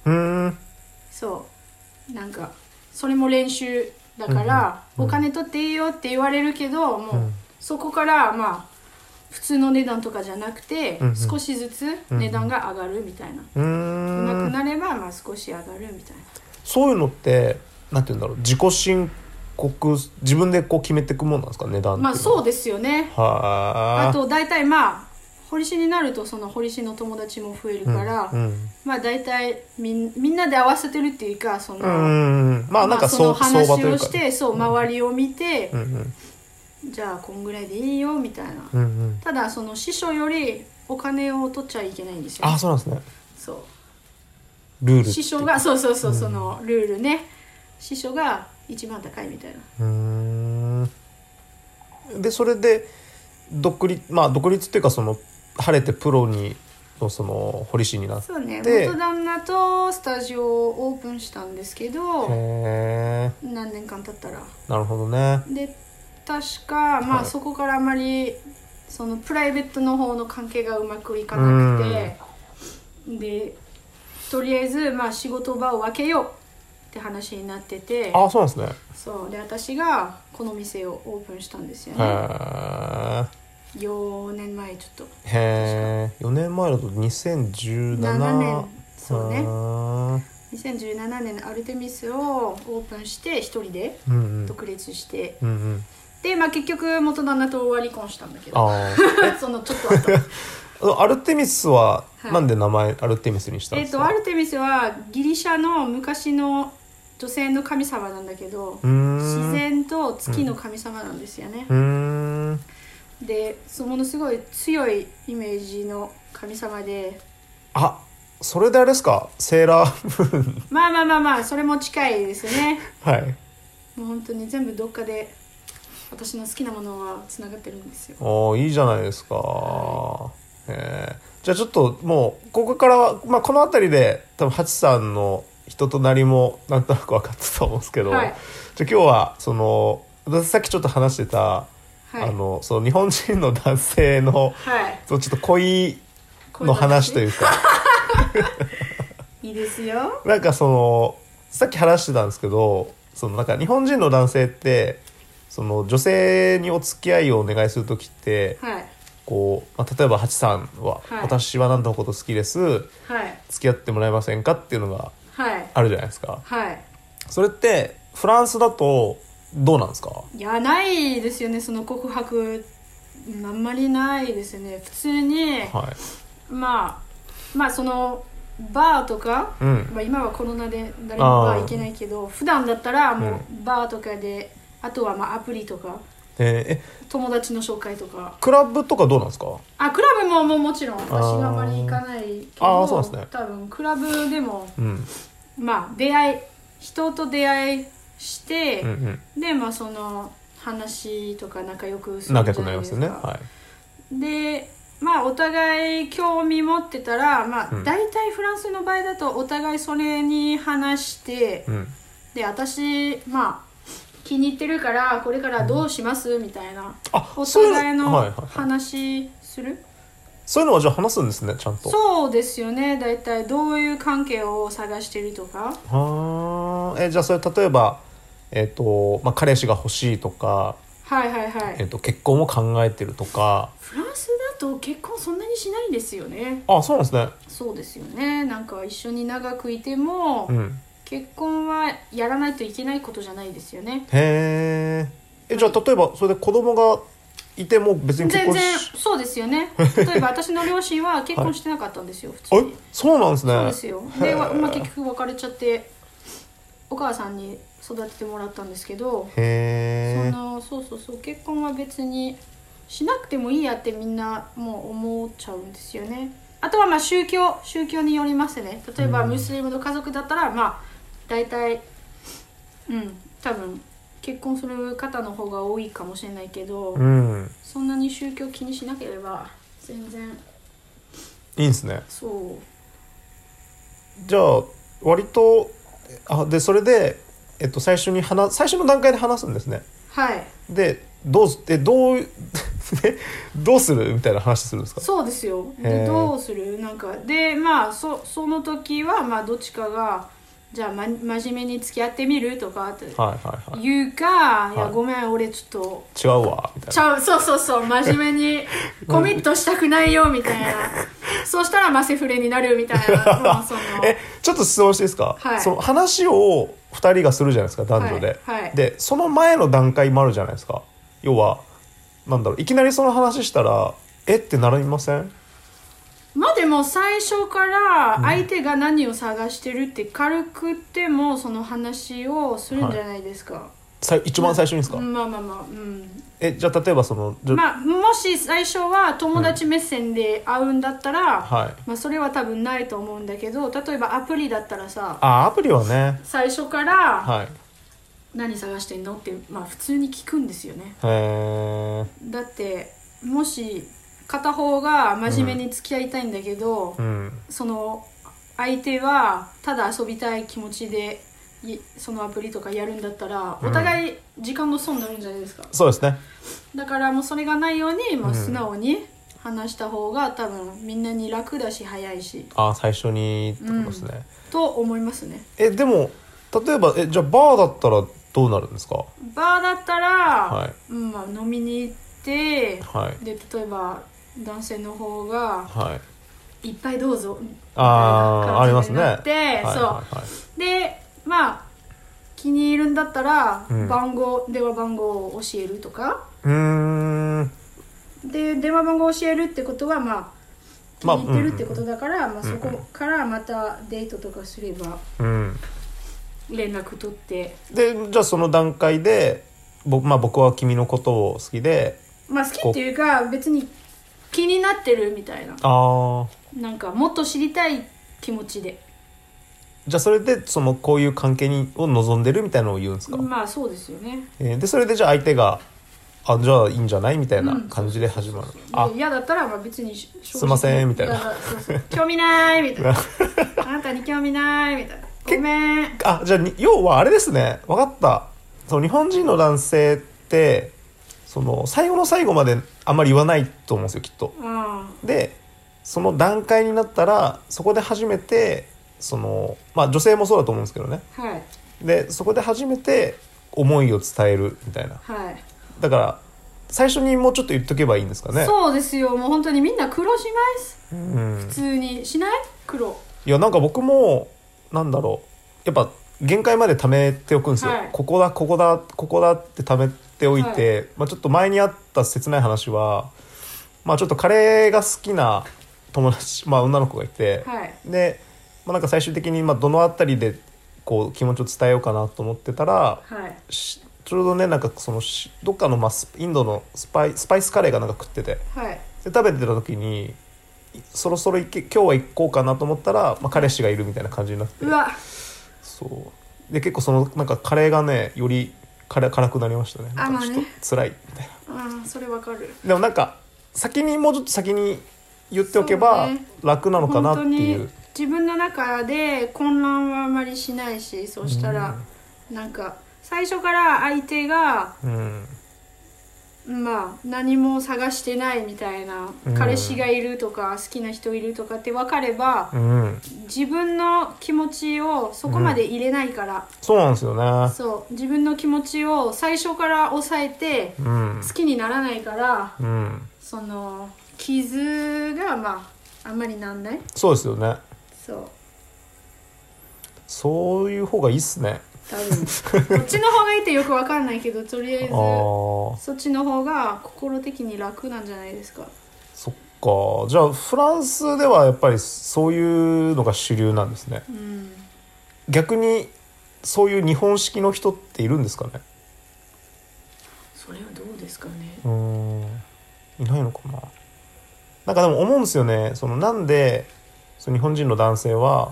そうなんかそれも練習だから、お金取っていいよって言われるけど、もうそこから普通の値段とかじゃなくて、少しずつ値段が上がるみたいな、うまくなれば少し上がるみたいな。 そういうのってなんて言うんだろう、自己申告自分でこう決めていくもんなんですか？値段っていうのは。 そうですよね。あと大体彫師になるとその彫師の友達も増えるから、大体みんなで合わせてるっていうか、そのなんかその話をして、周りを見て、じゃあこんぐらいでいいよみたいな、ただその師匠よりお金を取っちゃいけないんですよ、 あ、そうなんですね。 そうルール師匠がそのルールね、師匠が一番高いみたいな。 でそれで独立っていうか、その晴れてプロにその彫師になって、 そうね、元旦那とスタジオをオープンしたんですけど、何年間経ったら。 なるほどね。 で確かそこからあまりそのプライベートの方の関係がうまくいかなくて、でとりあえず仕事場を分けようって話になってて。 あ、そうなんですね。 そうで私がこの店をオープンしたんですよね。4年前ちょっと。 4年前だと2017 7年。そうね、2017年のアルテミスをオープンして一人で独立して、で結局元旦那と離婚したんだけどそのちょっと後アルテミスはなんで名前アルテミスにしたんですか？ アルテミスはギリシャの昔の女性の神様なんだけど、自然と月の神様なんですよね。でものすごい強いイメージの神様で。 それであれですか、セーラームーンまあそれも近いですね。 はい。 もう本当に全部どっかで私の好きなものはつながってるんですよ。 おー、いいじゃないですか、はい。じゃあちょっともうここからは、まあ、この辺りで多分ハチさんの人となりもなんとなく分かったと思うんですけど、 はい、 じゃあ今日はその私さっきちょっと話してた、 はい、 その日本人の男性の、 はい、 そうちょっと恋の話というかいいですよ。 なんかそのさっき話してたんですけど、そのなんか日本人の男性ってその女性にお付き合いをお願いするときって、 はい、 こう、まあ、例えばハチさんは、 はい、 私は何のこと好きです、はい、付き合ってもらえませんかっていうのがあるじゃないですか、 はい、 それってフランスだとどうなんですか？ いや、ないですよね、その告白。あんまりないですね。普通に、はい、まあそのバーとか、うん、まあ、今はコロナで誰もバー行けないけど、普段だったらもうバーとかで、あとはまあアプリとか、友達の紹介とか。 クラブとかどうなんですか？ クラブももちろん私があまり行かないけど、 そうですね、 多分クラブでも、うん、まあ人と出会いして、うんうん、でまあその話とか仲良くするじゃないですか。仲良くなりますよね、はい、でまあお互い興味持ってたら、まあ、大体フランスの場合だとお互いそれに話して、うん、で私まあ気に入ってるからこれからどうします、みたいな、お互いの話する。 そういうのはじゃあ話すんですね、ちゃんと。 そうですよね。だいたいどういう関係を探してるとか。 じゃあそれ例えば、まあ、彼氏が欲しいとか、 はいはいはい、 結婚を考えてるとか。 フランスだと結婚そんなにしないんですよね。 そうなんですね。 そうですよね。なんか一緒に長くいても、うん、結婚はやらないといけないことじゃないですよね。 へえ。じゃあ例えばそれで子供がいても別に結婚全然そうですよね。例えば私の両親は結婚してなかったんですよ、普通に。 そうなんですね。 そうですよ。で、まあ、結局別れちゃってお母さんに育ててもらったんですけど、そう結婚は別にしなくてもいいやってみんなもう思っちゃうんですよね。あとはまあ宗教によりますね。例えばムスリムの家族だったらまあ大体多分結婚する方の方が多いかもしれないけど、うん、そんなに宗教気にしなければ全然いいんですね。 そうじゃあ割とでそれで、最初の段階で話すんですね。 はい。 でどうするみたいな話するんですか？ そうですよ。でどうするなんかでまあその時はまあどっちかがじゃあ、真面目に付き合ってみるとかって言うか、いやごめん俺ちょっと違うわみたいな。 そう真面目にコミットしたくないよみたいなそうしたらマセフレになるみたいなちょっと質問していいですか？はい、その話を2人がするじゃないですか、男女で、はいはい、でその前の段階もあるじゃないですか。要はなんだろう、いきなりその話したらってなりません？ まあでも最初から相手が何を探してるって軽くてもその話をするんじゃないですか、 はい、一番最初にですか？ まあ、うん、 じゃあ例えばそのまあもし最初は友達目線で会うんだったら、はい、まあそれは多分ないと思うんだけど、例えばアプリだったらさ、 アプリはね最初から、はい、何探してんのってまあ普通に聞くんですよね。だってもし片方が真面目に付き合いたいんだけど、うん、その相手はただ遊びたい気持ちでそのアプリとかやるんだったら、お互い時間の損になるんじゃないですか。 そうですね。 だからもうそれがないように、まあ、素直に話した方が多分みんなに楽だし早いし、 最初にってことですね、 と思いますね。 でも例えばじゃあバーだったらどうなるんですか？ バーだったら、はいまあ、飲みに行って、はい、で例えば男性の方が、はい、いっぱいどうぞみたいな感じになって、はい、でまあ気に入るんだったら、電話番号を教えるとか、で電話番号を教えるってことはまあ気に入ってるってことだから、まあ、そこからまたデートとかすれば、連絡取って、 でじゃあその段階で僕は君のことを好きで、 まあ好きっていうか別に気になってるみたいな、なんかもっと知りたいっ気持ちで。 じゃあそれでこういう関係を望んでるみたいなのを言うんですか？ まあそうですよね。 でそれでじゃあ相手がじゃあいいんじゃないみたいな感じで始まる。 嫌だったらまあ別にすいませんみたいな。 そう興味ないみたいな。あなたに興味ないみたいな。ごめん。 じゃあ要はあれですね。分かった。日本人の男性って最後の最後まであんまり言わないと思うんですよきっと。でその段階になったらそこで初めてまあ女性もそうだと思うんですけどね。 はい。 でそこで初めて思いを伝えるみたいな。 はい。 だから最初にもうちょっと言っとけばいいんですかね。 そうですよ。もう本当にみんな苦労します、普通にしない苦労。 いやなんか僕もなんだろうやっぱ限界まで貯めておくんですよ、ここだって貯めておいて、まあ、ちょっと前にあった切ない話は、まあ、ちょっとカレーが好きな友達、まあ、女の子がいて、で、まあ、なんか最終的にどのあたりでこう気持ちを伝えようかなと思ってたら、ちょうどねなんかどっかのインドのスパイスカレーがなんか食ってて、で食べてた時にそろそろ今日は行こうかなと思ったら、まあ、彼氏がいるみたいな感じになって、そうで結構なんかカレーがねより辛くなりましたね。なんかちょっと辛いみたいな。それわかる。 でもなんかもうちょっと先に言っておけば楽なのかなっていう。 自分の中で混乱はあまりしないし、そうしたらなんか最初から相手が、まあ何も探してないみたいな、彼氏がいるとか好きな人いるとかって分かれば、自分の気持ちをそこまで入れないから、 そうなんですよね。 そう自分の気持ちを最初から抑えて好きにならないから、その傷がまああんまりなんない。 そうですよね。 そういう方がいいっすね。 多分こっちの方がいいってよく分かんないけど、とりあえずそっちの方が心的に楽なんじゃないですか。 そっか。じゃあフランスではやっぱりそういうのが主流なんですね、逆にそういう日本式の人っているんですかね。 それはどうですかね。 いないのかな。なんかでも思うんですよね。なんで日本人の男性は、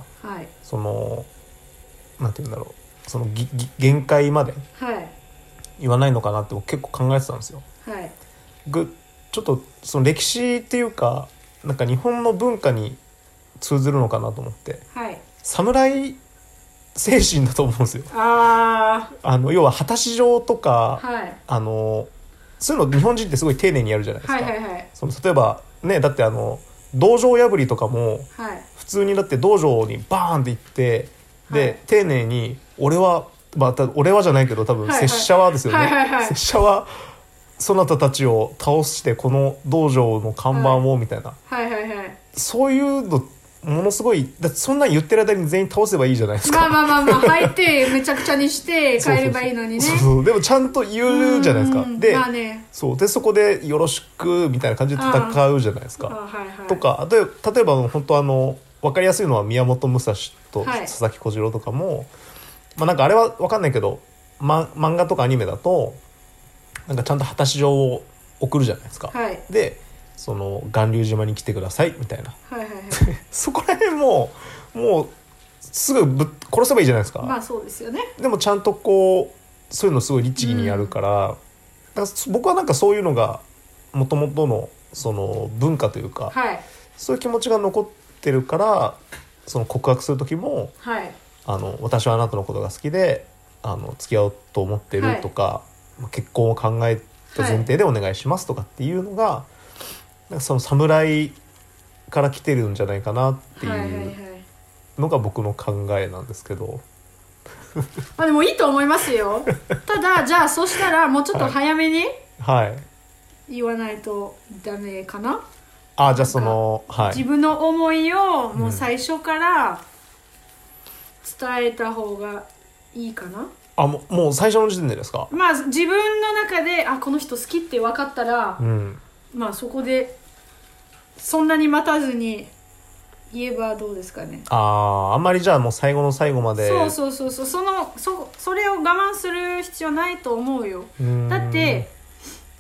なんていうんだろう、限界まで言わないのかなって僕結構考えてたんですよ。ちょっと歴史っていうかなんか日本の文化に通ずるのかなと思って、侍精神だと思うんですよ。要は果たし状とか、そういうの日本人ってすごい丁寧にやるじゃないですか。例えばね、だって道場破りとかも、普通にだって道場にバーンって行って、で丁寧に俺はじゃないけど多分拙者はですよね。拙者はそなたたちを倒してこの道場の看板をみたいな、そういうのものすごいだってそんなん言ってる間に全員倒せばいいじゃないですか。 まあ入ってめちゃくちゃにして帰ればいいのにね。 そうでもちゃんと言うじゃないですか。で、そこでよろしくみたいな感じで戦うじゃないですか。とか例えば本当分かりやすいのは宮本武蔵と佐々木小次郎とかも、なんかあれは分かんないけど、漫画とかアニメだとなんかちゃんと果たし状を送るじゃないですか。で巌流島に来てくださいみたいな、そこら辺もうすぐ殺せばいいじゃないですか。 まあそうですよね。 でもちゃんとそういうのすごい律儀にやるから、だから僕はなんかそういうのがもともとの文化というか、そういう気持ちが残ってるから告白する時も、私はあなたのことが好きで付き合おうと思ってるとか、結婚を考えた前提でお願いしますとかっていうのが、なんか侍から来てるんじゃないかなっていうのが僕の考えなんですけど。 でもいいと思いますよ。ただじゃあそしたらもうちょっと早めに言わないとダメかな。 じゃあ自分の思いをもう最初から伝えた方がいいかな。 もう最初の時点でですか。 まあ自分の中でこの人好きって分かったら、まあそこでそんなに待たずに言えばどうですかね。 あんまりじゃあもう最後の最後まで。 そうそれを我慢する必要ないと思うよ。だって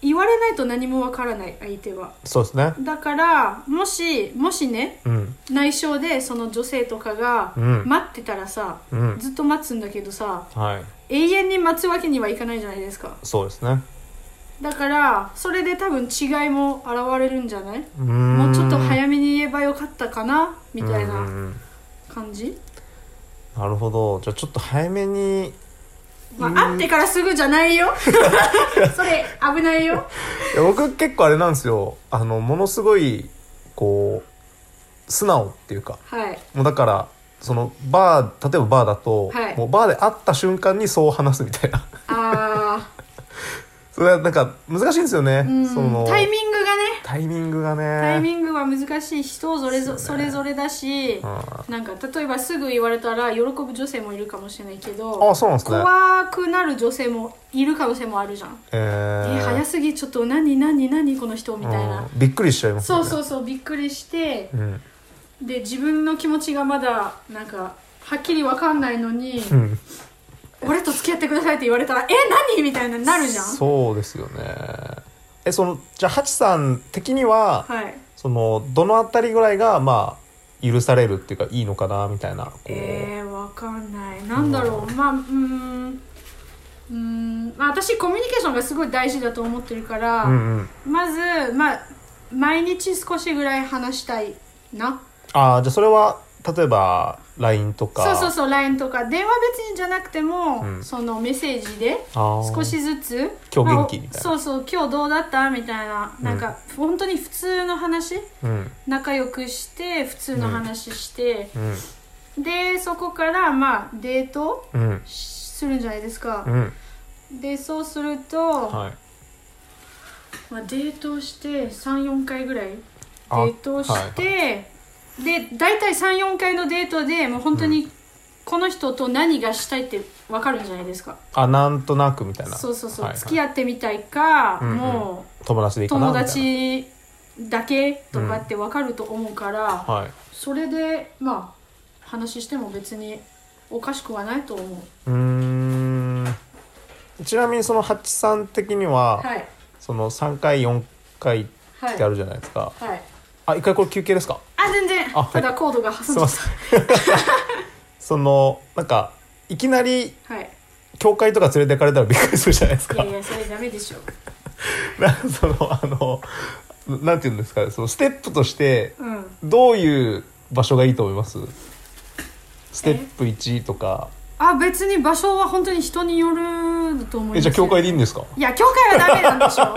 言われないと何もわからない相手は。 そうですね。 だからもしね、内緒でその女性とかが待ってたらさ、ずっと待つんだけどさ、永遠に待つわけにはいかないじゃないですか。 そうですね。 だからそれで多分違いも現れるんじゃない？もうちょっと早めに言えばよかったかなみたいな感じ。 なるほど。じゃあちょっと早めに、 会ってからすぐじゃないよそれ危ないよ。 いや僕結構あれなんですよ、ものすごいこう素直っていうか、もうだからその例えばバーだと、もうバーで会った瞬間にそう話すみたいなそれはなんか難しいんですよね、そのタイミングがね。 タイミングは難しい。人それぞれだし、なんか例えばすぐ言われたら喜ぶ女性もいるかもしれないけど、 そうなんですね、 怖くなる女性もいる可能性もあるじゃん。早すぎ、ちょっと何この人みたいな、 びっくりしちゃいますね。 そうびっくりして、で自分の気持ちがまだなんかはっきり分かんないのに、俺と付き合ってくださいって言われたら何みたいななるじゃん。 そうですよね。じゃあハチさん的には、そのどのあたりぐらいが許されるっていうかいいのかなみたいな。 わかんない。なんだろう。私コミュニケーションがすごい大事だと思ってるから、まず毎日少しぐらい話したいな。 じゃあそれは例えば LINE とか。 そう LINE とか電話別にじゃなくても、そのメッセージで少しずつ今日元気みたいな、 今日どうだったみたいな、なんか本当に普通の話、仲良くして普通の話して、でそこからデート、するんじゃないですか、でそうすると、デートして 3,4 回ぐらいデートして、で大体 3,4 回のデートでもう本当にこの人と何がしたいって分かるんじゃないですか。 なんとなくみたいな。 そう、付き合ってみたいか、もう友達でいいかなみたいな、 友達だけとかって分かると思うから、それで話しても別におかしくはないと思う。ちなみにそのハチさん的には、その3回4回ってあるじゃないですか。一回これ休憩ですか？ 全然。ただコードが挟んでた。 そのなんかいきなり教会とか連れてかれたらびっくりするじゃないですか。 いやそれダメでしょ。 なんていうんですか、そのステップとしてどういう場所がいいと思います？ステップ1とか。 別に場所は本当に人によると思います。 じゃあ教会でいいんですか？ いや教会はダメなんでしょ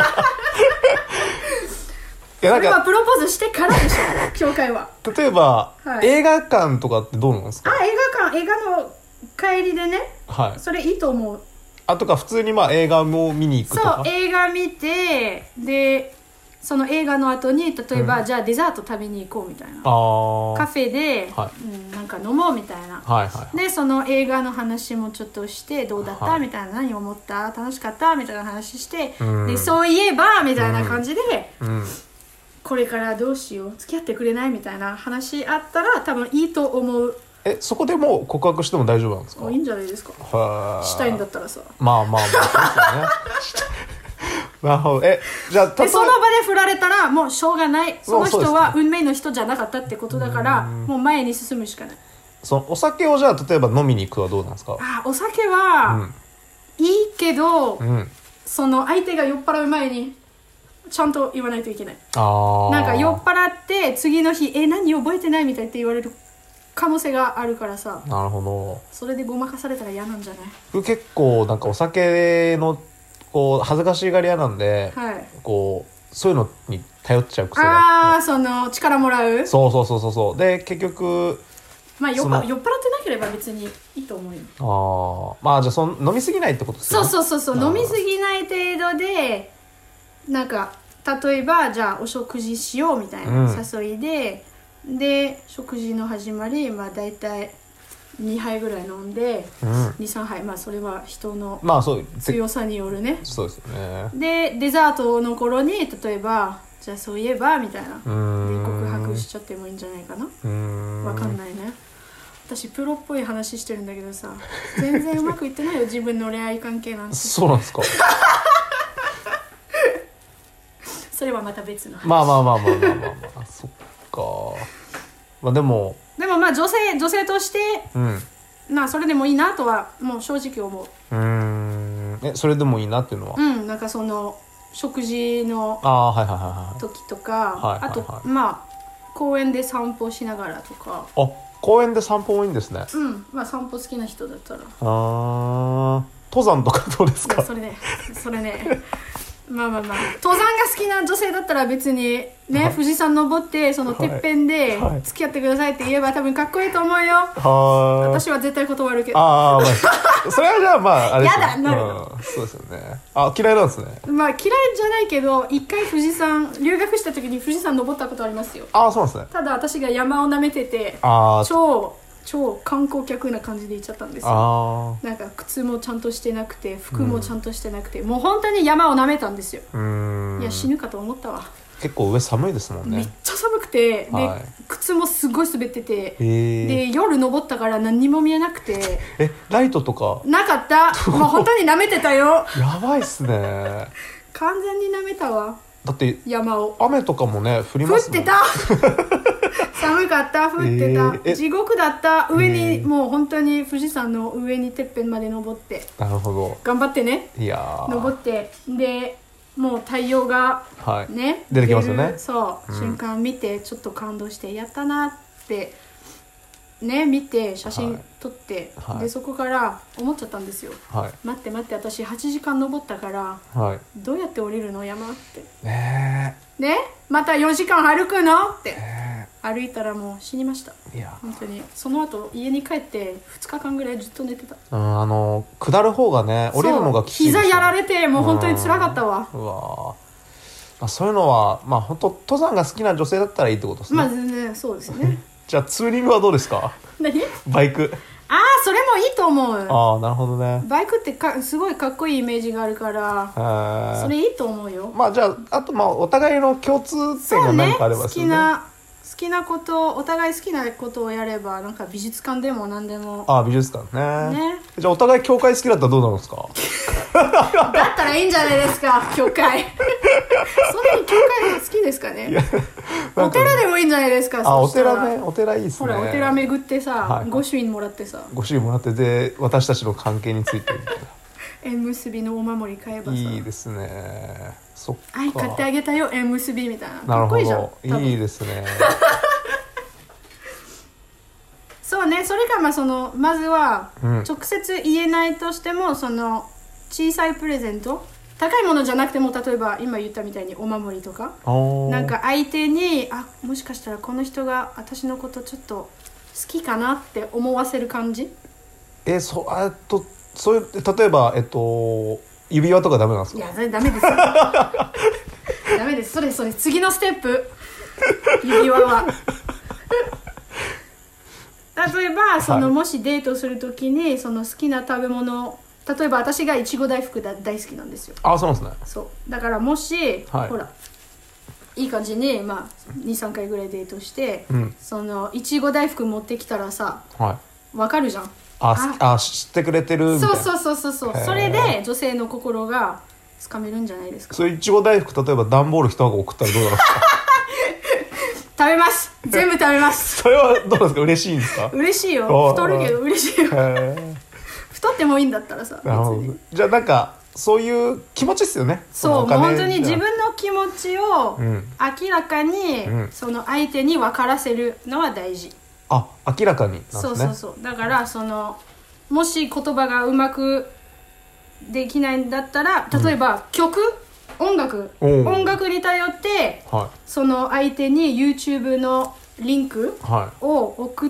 それはプロポーズしてからでしょ教会は。 例えば、映画館とかってどうなんですか？ 映画の帰りでね、それいいと思う。 とか普通に映画も見に行くとか。 そう、映画見て、でその映画の後に例えば、じゃあデザート食べに行こうみたいな、カフェで、なんか飲もうみたいな、でその映画の話もちょっとしてどうだった、みたいな、何思った、楽しかったみたいな話して、でそういえばみたいな感じで、これからどうしよう、付き合ってくれないみたいな話あったら多分いいと思う。 そこでもう告白しても大丈夫なんですか？ いいんじゃないですか。したいんだったらさ。そうですよねなるほど。じゃあでその場で振られたらもうしょうがない。その人は運命の人じゃなかったってことだから、もう前に進むしかない。 そのお酒をじゃあ例えば飲みに行くはどうなんですか？ お酒はいいけど、その相手が酔っ払う前にちゃんと言わないといけない。なんか酔っ払って次の日何覚えてないみたいって言われる可能性があるからさ。 なるほど。 それでごまかされたら嫌なんじゃない？ 結構なんかお酒の恥ずかしがり屋なんで、そういうのに頼っちゃう癖があって。 その力もらう。 そうで結局酔っ払ってなければ別にいいと思うよ。 じゃあ飲みすぎないってことですね。 そう飲みすぎない程度で、なんか例えばじゃあお食事しようみたいな誘いで、で食事の始まりだいたい2杯ぐらい飲んで、2,3 杯、それは人の強さによるね。 そうですよね。 でデザートの頃に例えばじゃあそういえばみたいなで告白しちゃってもいいんじゃないかな。わかんないね。私プロっぽい話してるんだけどさ、全然うまくいってないよ自分の恋愛関係なんて。 そうなんですかはまた別の話。 まあそっか。まあでもまあ女性として、それでもいいなとはもう正直思う。 それでもいいなっていうのは、 なんかその食事の時とか、あとまあ公園で散歩しながらとか。 公園で散歩もいいんですね。 まあ散歩好きな人だったら。 登山とかどうですか？ それねまあ登山が好きな女性だったら別にね、富士山登ってそのてっぺんで付き合ってくださいって言えば多分かっこいいと思うよ。私は絶対断るけど。 それはじゃあまああれですよ。やだなるの。 そうですよね。嫌いなんですね。 まあ嫌いじゃないけど、一回富士山留学した時に富士山登ったことありますよ。 そうなんですね。 ただ私が山を舐めてて超観光客な感じで行っちゃったんですよ。なんか靴もちゃんとしてなくて服もちゃんとしてなくて、もう本当に山を舐めたんですよ。いや死ぬかと思ったわ。 結構上寒いですもんね。 めっちゃ寒くて、で、靴もすごい滑ってて、で夜登ったから何にも見えなくて。 ライトとかなかった。もう本当に舐めてたよ。 やばいっすね。 完全に舐めたわ。 だって山を雨とかもね降りますもんね。 降ってた寒かった、降ってた、地獄だった。上にもう本当に富士山の上にてっぺんまで登って、 なるほど、 頑張ってね。登ってでもう太陽がね、 出てきますよね。 瞬間見てちょっと感動して、やったなってね、見て写真撮って、でそこから思っちゃったんですよ。待って私8時間登ったから、どうやって降りるの山ってね、また4時間歩くのって、歩いたらもう死にました。本当にその後家に帰って2日間ぐらいずっと寝てた。 下る方がね、降りるのがきついですよね。 膝やられてもう本当に辛かったわ。 そういうのはまあ本当登山が好きな女性だったらいいってことですね。 まあ全然そうですね。 じゃあツーリングはどうですか？ 何？ バイク。 それもいいと思う。 なるほどね。 バイクってすごいかっこいいイメージがあるから、それいいと思うよ。 じゃああとお互いの共通点が何かあればですよね。 好きなこと、お互い好きなことをやれば、なんか美術館でも何でも。 美術館ね。じゃあお互い教会好きだったらどうなるんですか？ だったらいいんじゃないですか、教会。そんなに教会好きですかね。お寺でもいいんじゃないですか。 お寺ね、お寺いいですね。 ほら、お寺巡ってさ、御朱印もらってさ。 御朱印もらってで、私たちの関係についてみたいな。 縁結びのお守り買えばさ。 いいですね。そっか。 買ってあげたよ、縁結びみたいな。 なるほど。 かっこいいじゃん。 いいですね。 そうね、それがまずは直接言えないとしても、その小さいプレゼント、高いものじゃなくても、例えば今言ったみたいにお守りとか、なんか相手にもしかしたらこの人が私のことちょっと好きかなって思わせる感じ。 そういう例えば指輪とかダメなんですか？ いや、それダメですよ。ダメです。それ次のステップ。指輪は。例えばもしデートするときにその好きな食べ物、例えば私がいちご大福大好きなんですよ。 そうなんですね。 そうだからもし、ほらいい感じに、2,3 回ぐらいデートして、そのいちご大福持ってきたらさ、わかるじゃん。 知ってくれてるみたいな。 そうそれで女性の心がつかめるんじゃないですか。 それいちご大福、例えば段ボール1箱送ったらどうなるんですか？ 食べます。全部食べます。 それはどうですか？嬉しいんですか？ 嬉しいよ。太るけど嬉しいよ。太ってもいいんだったらさ。 じゃあなんかそういう気持ちですよね。 そう、もう本当に自分の気持ちを明らかに、その相手に分からせるのは大事。 明らかになんですね。 そうだからもし言葉がうまくできないんだったら、例えば音楽に頼って、その相手に YouTube のリンクを送って、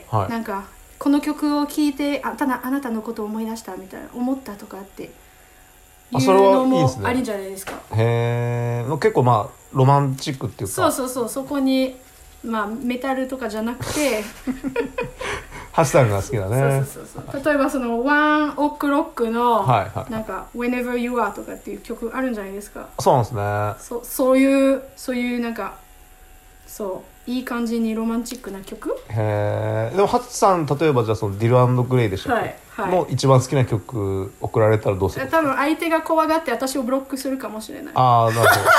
なんかこの曲を聴いてあなたのことを思い出したみたいな、思ったとかっていうのもありんじゃないですか。 結構ロマンチックっていうか。 そこにメタルとかじゃなくてハッサンが好きだね。 例えばワンオックロックのなんか Whenever You Are とかっていう曲あるんじゃないですか。 そうなんですね。 そういうなんかいい感じにロマンチックな曲。 でもハッサン、例えばじゃあディル&グレイでしたっけ、の一番好きな曲送られたらどうする？ 多分相手が怖がって私をブロックするかもしれない。 なるほど。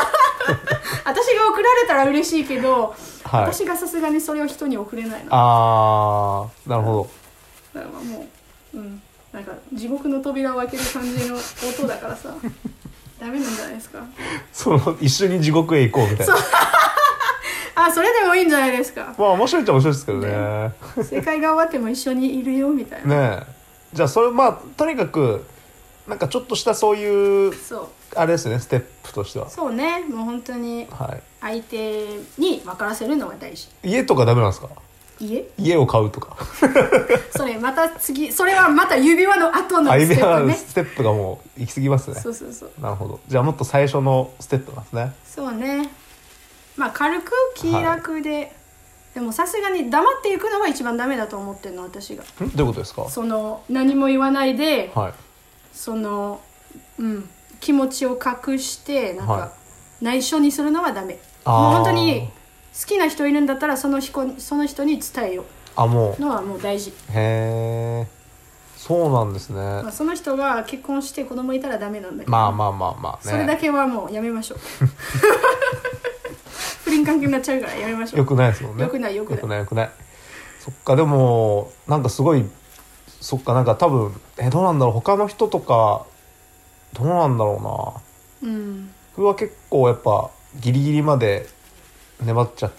私が送られたら嬉しいけど、はい、私がさすがにそれを人に送れないな。 あー、なるほど。だからもう、なんか地獄の扉を開ける感じの音だからさダメなんじゃないですか。 一緒に地獄へ行こうみたいな。 それでもいいんじゃないですか。 まあ面白いっちゃ面白いですけどね。 世界が終わっても一緒にいるよみたいな。ねえ。じゃあそれとにかくなんかちょっとしたそういうあれですね、ステップとしては。 そうね、もう本当に相手に分からせるのが大事。 家とかダメなんですか？家を買うとかそれはまた指輪の後のステップね。 ステップがもう行き過ぎますね。 そうそうそう。 なるほど。じゃあもっと最初のステップなんですね。 そうね。軽く気楽で、でもさすがに黙っていくのが一番ダメだと思ってるの、私が。 どういうことですか？ 何も言わないで、気持ちを隠してなんか内緒にするのはダメ。もう本当に好きな人いるんだったらその人に伝えようのはもう大事。 へえ、そうなんですね。 その人が結婚して子供いたらダメなんだけど、 まあ、ね、 それだけはもうやめましょう不倫関係になっちゃうからやめましょう。 よくないですもんね。 よくない。 そっか。でもなんかすごい、なんか多分どうなんだろう、他の人とかどうなんだろうな。僕は結構やっぱギリギリまで粘っちゃって、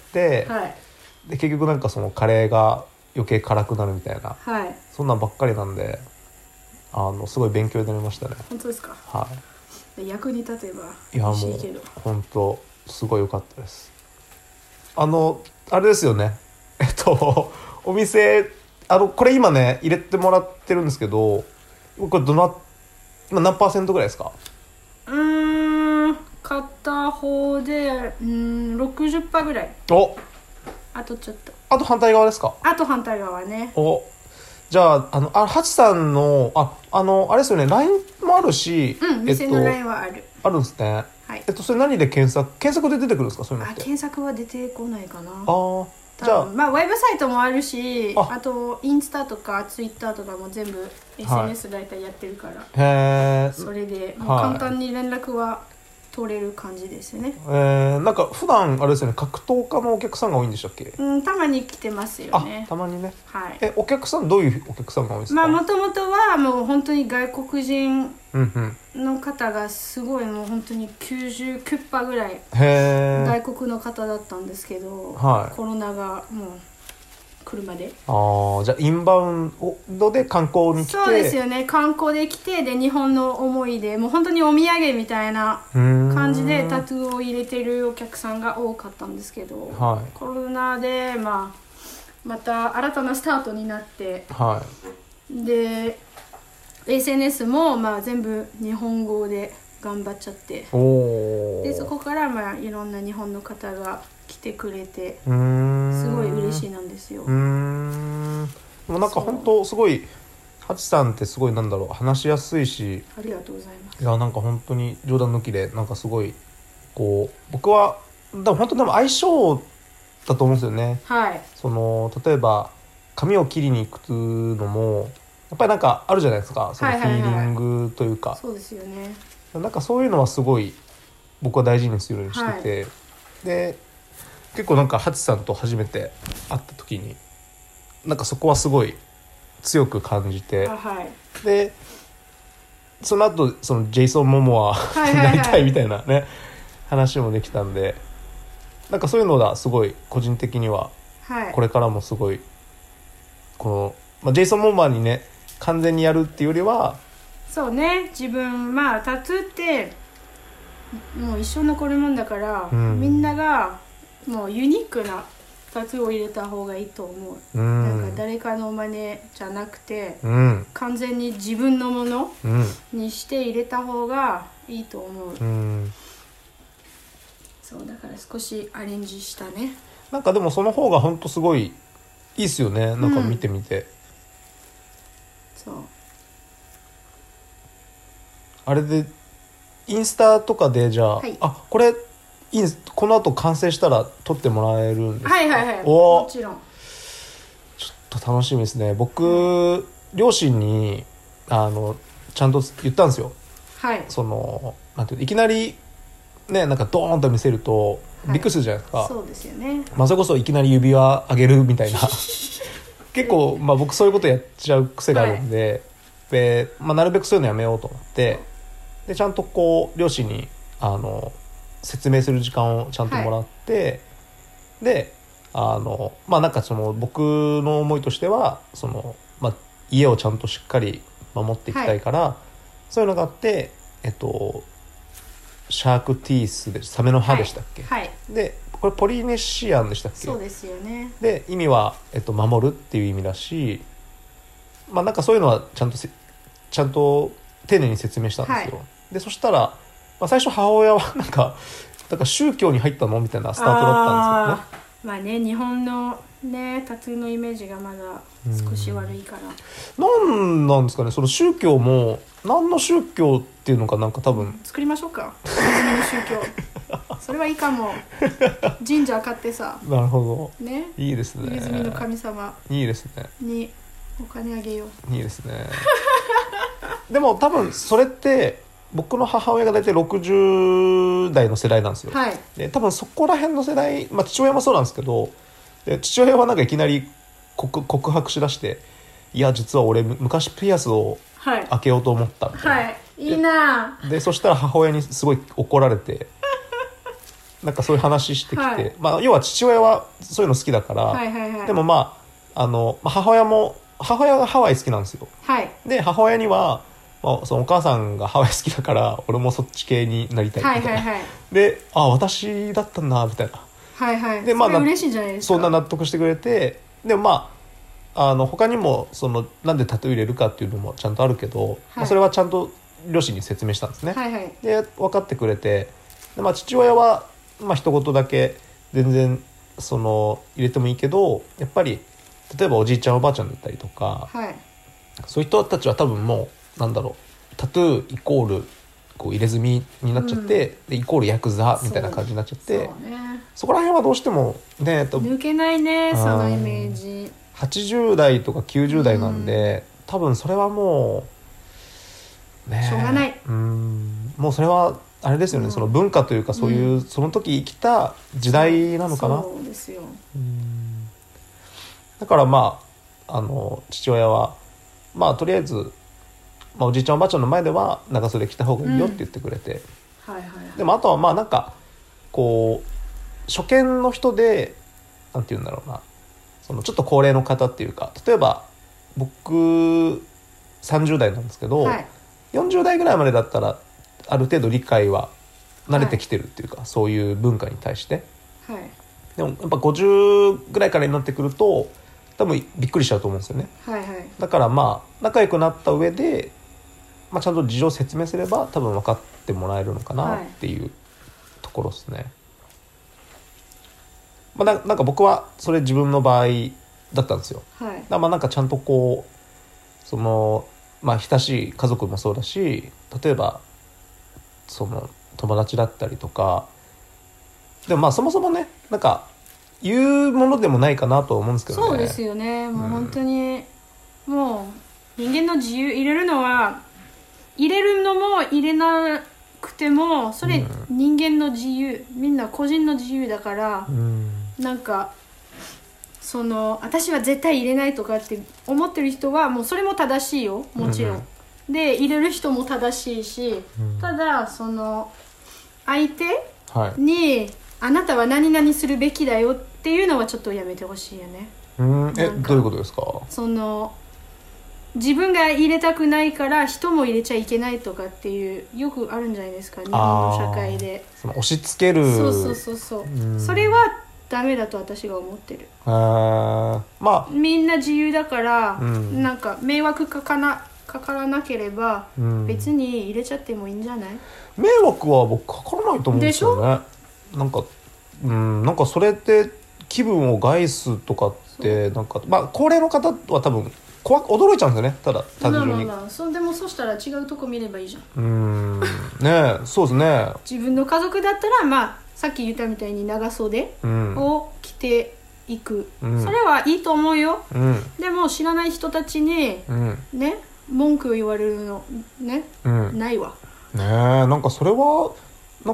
で結局なんかそのカレーが余計辛くなるみたいな、そんなんばっかりなんで、すごい勉強になりましたね。 本当ですか？ はい。 役に立てば嬉しいけど。いやもう本当すごい良かったです。あれですよね。お店これ今ね入れてもらってるんですけど、これ今何%ぐらいですか？ 片方で60% ぐらい。あとちょっと。 あと反対側ですか？ あと反対側ね。 じゃあハチさんのあれですよね、 LINE もあるし、 店の LINE はあるんですね。それ何で検索で出てくるんですか？そういうのって。 検索は出てこないかな。 じゃあウェブサイトもあるし、あとインスタとかツイッターとかも全部 SNS 大体やってるから、それでもう簡単に連絡は取れる感じですよね。 なんか普段あれですよね、格闘家のお客さんが多いんでしたっけ？ たまに来てますよね。 たまにね。お客さんどういうお客さんが多いですか？ もともとはもう本当に外国人の方がすごい、もう本当に 99% ぐらい外国の方だったんですけど、コロナがもう来るまで。 じゃあインバウンドで観光に来て。 そうですよね、観光で来て、で日本の思いでもう本当にお土産みたいな感じでタトゥーを入れてるお客さんが多かったんですけど、コロナでまた新たなスタートになって、で SNS も全部日本語で頑張っちゃって、でそこからいろんな日本の方が来てくれて、すごい嬉しいなんですよ。でもなんか本当すごいハチさんってすごい話しやすいし、 ありがとうございます。 いやなんか本当に冗談抜きでなんかすごい僕は本当でも相性だと思うんですよね。例えば髪を切りに行くのもやっぱりなんかあるじゃないですか、そのフィーリングというか。 そうですよね。 なんかそういうのはすごい僕は大事にするようにしてて、で結構なんかハチさんと初めて会った時になんかそこはすごい強く感じて、でその後そのジェイソン・モモアになりたいみたいなね話もできたんで、なんかそういうのがすごい個人的にはこれからもすごいこの、ジェイソン・モモアにね完全にやるっていうよりは、 そうね、自分タトゥーってもう一生残るもんだから、みんながもうユニークなタトゥーを入れた方がいいと思う。なんか誰かの真似じゃなくて、完全に自分のものにして入れた方がいいと思う。そうだから少しアレンジしたね。 なんかでもその方が本当すごいいいっすよね。なんか見てみて、 そうあれでインスタとかでじゃあ、これこの後完成したら撮ってもらえるんですか？ もちろん。 ちょっと楽しみですね。僕両親にちゃんと言ったんですよ。なんていういきなりねなんかドーンと見せるとびっくりするじゃないですか、はい、 そうですよね。 それこそいきなり指輪あげるみたいな結構、僕そういうことやっちゃう癖があるんで、はい、でなるべくそういうのやめようと思ってでちゃんとこう両親に説明する時間をちゃんともらって、はい、でなんかその僕の思いとしては家をちゃんとしっかり守っていきたいから、はい、そういうのがあってシャークティースでサメの歯でしたっけ、 はいはい、 でこれポリネシアンでしたっけ。 そうですよね。 で意味は、守るっていう意味だし、なんかそういうのはちゃんと丁寧に説明したんですよ、はい、でそしたら、最初母親はなんか宗教に入ったのみたいなスタートだったんですよね。 日本のねタトゥーのイメージがまだ少し悪いから、 なんですかね、その宗教も何の宗教っていうのかなんか多分作りましょうか、ネズミの宗教それはいいかも。神社買ってさ。 なるほど、 ね、 いいですね。 ネズミの神様いいですねにお金あげよう。いいですねでも多分それって僕の母親が大体60代の世代なんですよ、 はい、 で多分そこら辺の世代、父親もそうなんですけど、で父親はなんかいきなり告白しだして、いや実は俺昔ピアスを開けようと思ったみたいな、 はい、いいな。 でそしたら母親にすごい怒られてなんかそういう話してきて、はい、要は父親はそういうの好きだから、 はいはいはい、 でも母親がハワイ好きなんですよ、 はい、 で母親にはそのお母さんがハワイ好きだから俺もそっち系になりたいみたいな、はいはいはい、で私だったんだみたいな、 はいはい、でそれ嬉しいじゃないですか。 そんな納得してくれて、でも他にもなんでタトゥー入れるかっていうのもちゃんとあるけど、はい、それはちゃんと両親に説明したんですね、はいはい、で分かってくれて、で、父親は一言だけ全然入れてもいいけど、やっぱり例えばおじいちゃんおばあちゃんだったりとか、はい、そういう人たちは多分もうタトゥーイコール入れ墨になっちゃって、でイコールヤクザみたいな感じになっちゃって、そこら辺はどうしてもね抜けないね、そのイメージ。 80代とか90代なんで、多分それはもうね、 しょうがない。 もうそれはあれですよね、その文化というかそういう、その時生きた時代なのかな。 そうですよ。 だから父親はとりあえずおじいちゃんおばあちゃんの前では長袖着た方がいいよって言ってくれて、 はいはいはい、 でもあとはなんかこう初見の人でなんて言うんだろうな、ちょっと高齢の方っていうか、例えば僕30代なんですけど、はい、40代ぐらいまでだったらある程度理解は慣れてきてるっていうか、はい、そういう文化に対して、はい、でもやっぱ50ぐらいからになってくると多分びっくりしちゃうと思うんですよね、はいはい、だから仲良くなった上で、ちゃんと事情を説明すれば多分分かってもらえるのかなっていうところですね、なんか僕はそれ自分の場合だったんですよ、はい、なんかちゃんとこう親しい家族もそうだし、例えば友達だったりとかでもそもそもねなんか言うものでもないかなと思うんですけどね。 そうですよね、もう本当に、もう人間の自由、入れるのも入れなくてもそれ人間の自由、みんな個人の自由だから、なんか私は絶対入れないとかって思ってる人はもうそれも正しいよ、もちろん、で入れる人も正しいし、ただ相手に、はい、あなたは何々するべきだよっていうのはちょっとやめてほしいよね。 どういうことですか？ 自分が入れたくないから人も入れちゃいけないとかっていうよくあるんじゃないですか、日本の社会で。 押し付ける。 そう、それはダメだと私が思ってる。みんな自由だから、なんか迷惑かからなければ、別に入れちゃってもいいんじゃない？ 迷惑は僕かからないと思うんですよね。なんかそれって気分を害すとかってなんか高齢の方は多分驚いちゃうんですよね。ただ単純にでもそしたら違うとこ見ればいいじゃん。ねえ、そうですね。 自分の家族だったらさっき言ったみたいに長袖を着ていく、それはいいと思うよ、でも知らない人たちに、ね、文句を言われるのね、ないわ。 ねえ、なんかそれはなんか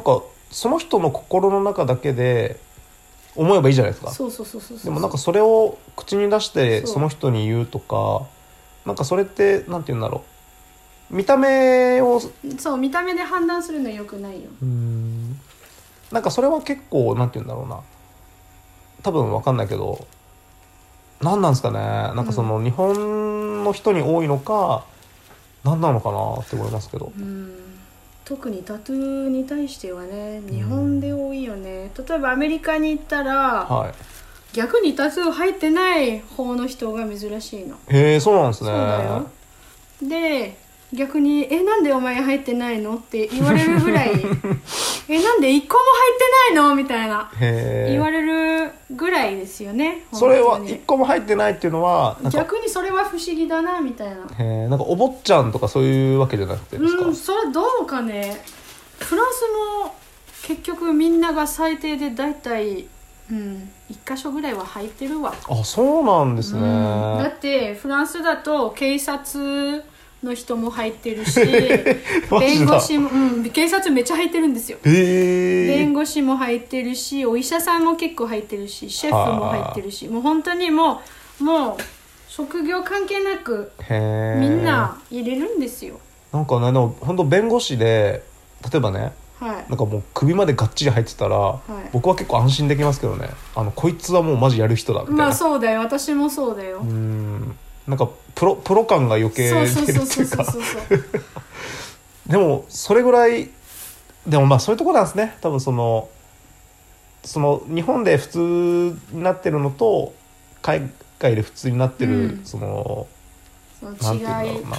その人の心の中だけで思えばいいじゃないですか。でもなんかそれを口に出してその人に言うとか、なんかそれってなんて言うんだろう、見た目を見た目で判断するのは良くないよ。 なんかそれは結構なんて言うんだろうな、多分分かんないけど、何なんですかね、なんかその日本の人に多いのか何なのかなって思いますけど。 特にタトゥーに対してはね、日本で多いよね。例えばアメリカに行ったら、逆にタトゥー入ってない方の人が珍しいの。 へえ、そうなんですね。 そうだよ。で逆になんでお前入ってないのって言われるぐらいなんで1個も入ってないのみたいな言われるぐらいですよね。 それは1個も入ってないっていうのは逆にそれは不思議だなみたいな。 なんかお坊ちゃんとかそういうわけじゃなくてですか？ それどうかね。フランスも結局みんなが最低でだいたい1箇所ぐらいは入ってるわ。 あ、そうなんですね。 だってフランスだと警察の人も入ってるし弁護士も、警察めっちゃ入ってるんですよ。弁護士も入ってるし、お医者さんも結構入ってるし、シェフも入ってるし、もう本当にもう職業関係なくみんな入れるんですよ。 なんかね、でも本当弁護士で例えばね、なんかもう首までがっちり入ってたら、僕は結構安心できますけどね。こいつはもうマジやる人だみたいな。 まあそうだよ、私もそうだよ。 なんかプロ感が余計出るっていうかでもそれぐらいでもまあそういうところなんですね。多分その日本で普通になってるのと海外で普通になってる、そのなんていうんだろう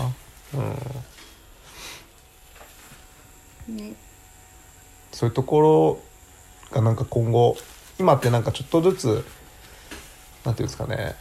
な、ね、そういうところがなんか今後今ってなんかちょっとずつなんていうんですかね、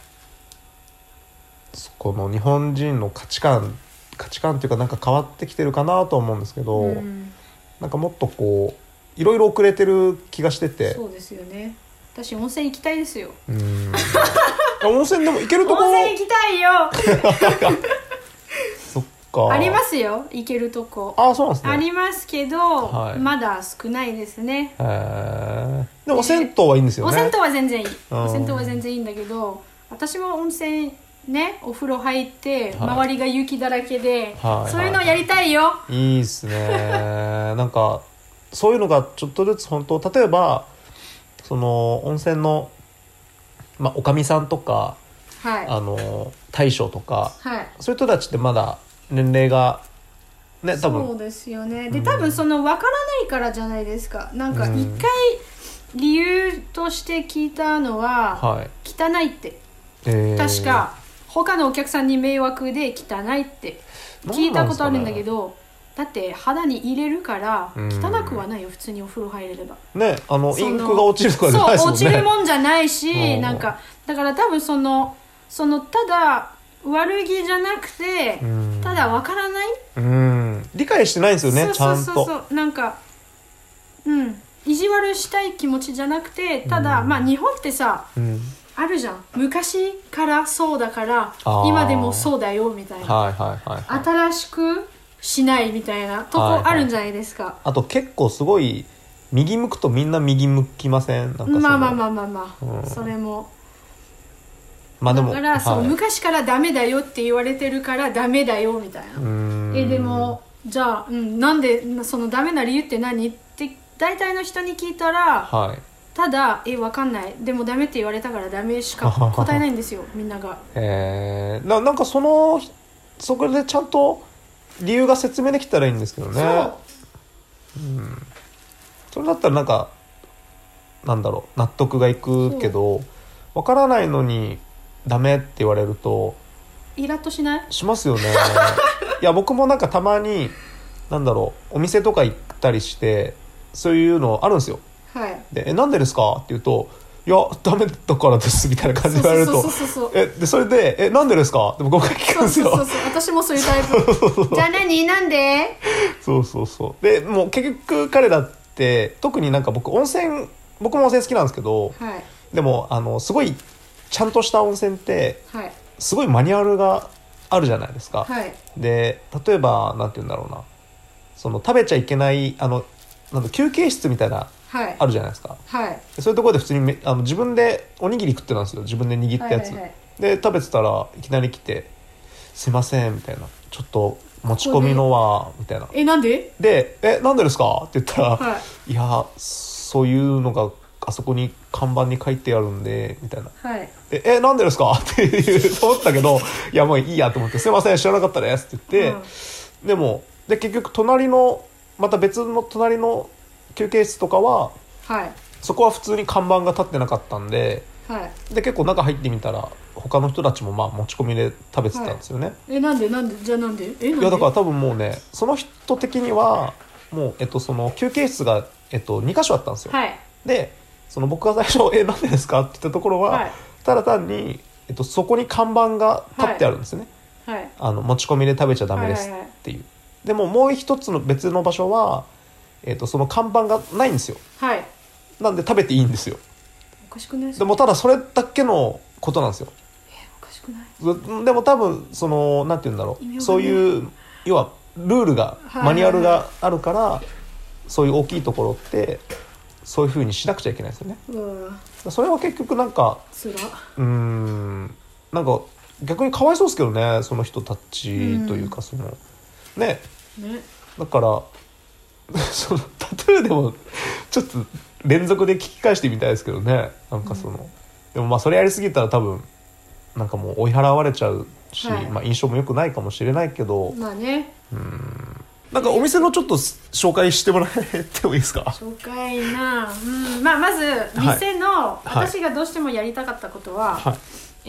この日本人の価値観っていうかなんか変わってきてるかなと思うんですけど、なんかもっとこういろいろ遅れてる気がしてて。 そうですよね。私温泉行きたいですよ。 温泉でも行けるとこ温泉行きたいよそっか。 ありますよ、行けるとこ。 そうなんですね。 ありますけど、まだ少ないですね。 でも銭湯はいいんですよね。 銭湯は全然いい。銭湯は全然いいんだけど、私も温泉ね、お風呂入って周りが雪だらけで、そういうのやりたいよ。 いいっすねなんかそういうのがちょっとずつ本当、例えばその温泉のおかみさんとか、大将とか、そういう人たちってまだ年齢がね、多分そうですよね。で多分その分からないからじゃないですか。なんか一回理由として聞いたのは、汚いって、確か他のお客さんに迷惑で汚いって聞いたことあるんだけど、だって肌に入れるから汚くはないよ、普通にお風呂入れればね。インクが落ちるとかじゃないですもんね。 そう、落ちるもんじゃないし、なんかだから多分そのただ悪気じゃなくて、ただわからない、 理解してないんですよね。ちゃんとそうなんか意地悪したい気持ちじゃなくて、ただ日本ってさ、あるじゃん、昔からそうだから今でもそうだよみたいな、新しくしないみたいなとこあるんじゃないですか。 あと結構すごい右向くとみんな右向きません？なんかそれもでもだから昔からダメだよって言われてるからダメだよみたいな。でもじゃあ、なんでそのダメな理由って何って大体の人に聞いたら、ただ分かんない、でもダメって言われたからダメしか答えないんですよみんなが。 なんかそこでちゃんと理由が説明できたらいいんですけどね。それだったらなんかなんだろう、納得がいくけど、分からないのにダメって言われるとイラッとしない？ しますよねいや僕もなんかたまになんだろう、お店とか行ったりしてそういうのあるんですよ。でなんでですかって言うと、いやダメだからですみたいな感じで言われると、でそれでなんでですかって僕が聞くんですよ。 私もそういうタイプじゃあなんでそうでもう結局彼だって特になんか僕も温泉好きなんですけど、でもすごいちゃんとした温泉って、すごいマニュアルがあるじゃないですか。で例えばなんて言うんだろうな、その食べちゃいけないなんだ休憩室みたいな、 はい、 あるじゃないですか、 はい、 そういうところで普通に自分でおにぎり食ってたんですよ。自分で握ったやつ、はいはいはい、で食べてたらいきなり来てすいませんみたいな、ちょっと持ち込みのはみたいな、 なんでなんでですかって言ったら、 はい、 いやそういうのがあそこに看板に書いてあるんでみたいな、 はい、 なんでですかって言うと思ったけどいやもういいやと思って、すいません知らなかったですって言って、で結局また別の隣の休憩室とかは、 はい、 そこは普通に看板が立ってなかったんで、 はい、 で結構中入ってみたら他の人たちもまあ持ち込みで食べてたんですよね、 はい、なんでじゃあなんでいやだから多分もうねその人的にはもう、その休憩室が、2箇所あったんですよ、 はい、 でその僕が最初なんでですかって言ったところは、はい、ただ単に、そこに看板が立ってあるんですよね、 はい、 持ち込みで食べちゃダメですっていう、はいはいはい、でももう一つの別の場所は、その看板がないんですよ、 はい、 なんで食べていいんですよ。 おかしくない？ でもただそれだけのことなんですよ。 おかしくない？ でも多分そのなんて言うんだろう、そういう要はルールが、マニュアルがあるから、そういう大きいところってそういう風にしなくちゃいけないですよね。それは結局なんかなんか逆にかわいそうですけどね、その人たちというか、そのねだからそのタトゥーでもちょっと連続で聞き返してみたいですけどね、なんかその、でもまあそれやりすぎたら多分なんかもう追い払われちゃうし、はい、まあ、印象も良くないかもしれないけど、 まあね、 なんかお店のちょっと紹介してもらえてもいいですか？ 紹介な、まあ、まず店の、私がどうしてもやりたかったことは、はい、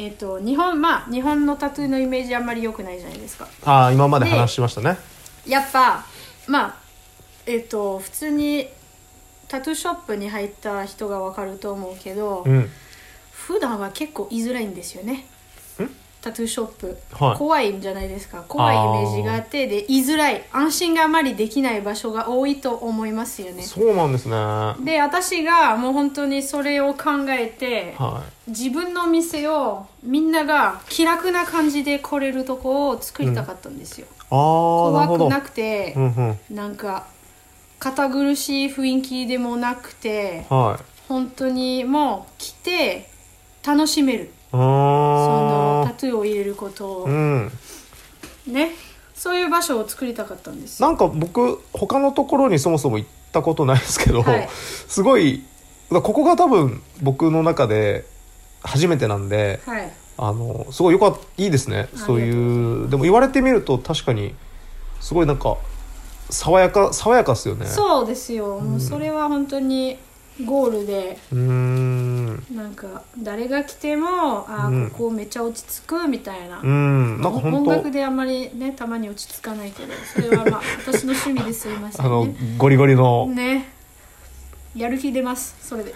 日本のタトゥーのイメージあんまり良くないじゃないですか。 今まで話しましたね。 やっぱまあ普通にタトゥーショップに入った人が分かると思うけど、普段は結構居づらいんですよね。タトゥーショップ、はい、怖いんじゃないですか。怖いイメージがあって、で居づらい、安心があまりできない場所が多いと思いますよね。 そうなんですね。 で私がもう本当にそれを考えて、はい、自分の店をみんなが気楽な感じで来れるとこを作りたかったんですよ、怖くなくて、なんか堅苦しい雰囲気でもなくて、はい、本当にもう来て楽しめる、そのタトゥーを入れることを、ね、そういう場所を作りたかったんですよ。 なんか僕他のところにそもそも行ったことないですけど、はい、すごいここが多分僕の中で初めてなんで、はい、すごいいいですね。そういうでも言われてみると確かにすごいなんか爽やかっすよね。 そうですよ、もうそれは本当にゴールで、なんか誰が来てもここめっちゃ落ち着くみたいな、なんか音楽であんまりねたまに落ち着かないけど、それはまあ私の趣味ですいませんね。 ゴリゴリのね、やる気出ますそれで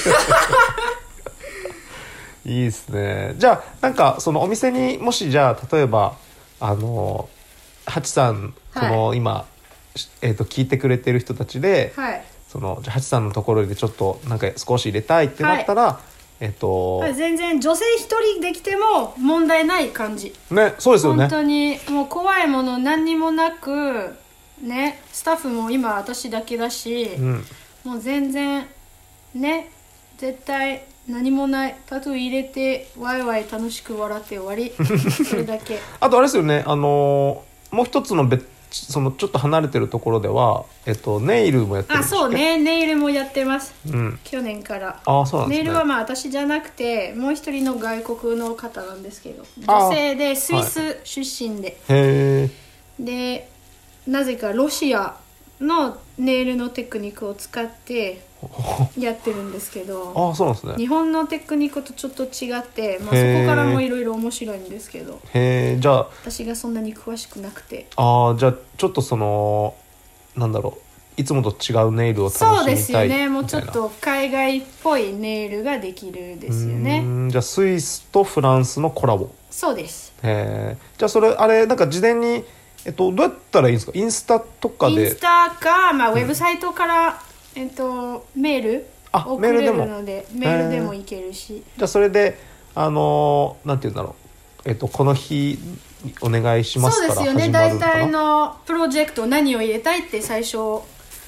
いいですね。じゃあなんかそのお店にもしじゃあ例えばハチさん、この今、聞いてくれてる人たちで、はい、そのハチさんのところでちょっとなんか少し入れたいってなったら、 全然女性一人で来ても問題ない感じね。そうですよね。 本当にもう怖いもの何にもなくね、スタッフも今私だけだし、もう全然ね、絶対何もない、タトゥー入れてワイワイ楽しく笑って終わりそれだけあとあれですよね、もう一つのそのちょっと離れてるところでは、ネイルもやってるんですか？ そうね、ネイルもやってます、去年から。 そうなんですね。 ネイルはまあ私じゃなくてもう一人の外国の方なんですけど、女性でスイス出身で、でなぜかロシアのネイルのテクニックを使ってやってるんですけどそうなんですね。 日本のテクニックとちょっと違って、そこからもいろいろ面白いんですけど、 じゃあ私がそんなに詳しくなくて、 じゃあちょっとそのなんだろう、いつもと違うネイルを楽しみたい。 そうですよね、もうちょっと海外っぽいネイルができるですよね。 じゃあスイスとフランスのコラボ。 そうです。 じゃあそれあれなんか事前にどうやったらいいんですか？インスタとかで。 インスタか、ウェブサイトから、メール送れるのでメールでもいけるし、 じゃあそれでなんていうんだろう、この日お願いしますから始まるのかな。 そうですよね。大体のプロジェクト何を入れたいって最初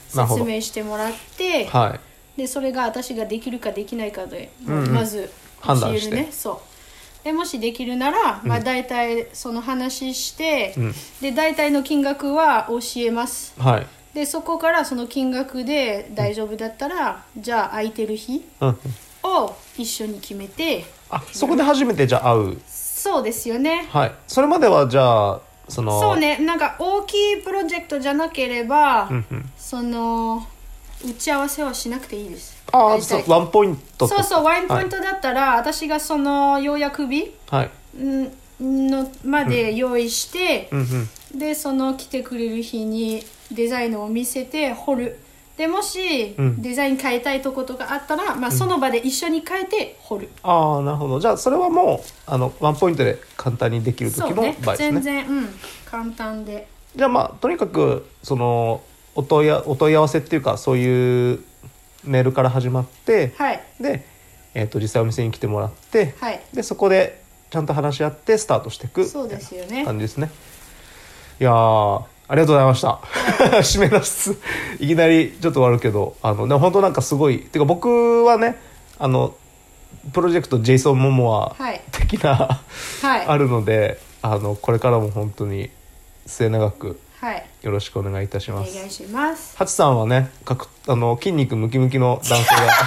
説明してもらって、はい、でそれが私ができるかできないかで、まず教えるね。そうでもしできるなら、まあ、大体その話して、で大体の金額は教えます、はい、でそこからその金額で大丈夫だったら、じゃあ空いてる日を一緒に決めて、 そこで初めてじゃあ会う。 そうですよね。 はい。それまではじゃあそうね、なんか大きいプロジェクトじゃなければ、その打ち合わせはしなくていいです。 そうワンポイント。 そうワンポイントだったら、私がその要約日のまで用意して、でその来てくれる日にデザインを見せて彫る。でもし、デザイン変えたいとことかあったら、まあ、その場で一緒に変えて彫る。 なるほど。じゃあそれはもうワンポイントで簡単にできる時の場合ですね。 全然、簡単で。 じゃあまあとにかくそのお問い合わせっていうか、そういうメールから始まって、はい、で、実際お店に来てもらって、はい、でそこでちゃんと話し合ってスタートしていくそうですよね。 感じですね。いやー、ありがとうございました。締め出すいきなりちょっと終わるけど、でも本当なんかすごい、てか僕はね、プロジェクトジェイソン・モモア的な、はい、あるので、これからも本当に末永くよろしくお願いいたします。 お願いします。 ハチさんはね、筋肉ムキムキの男性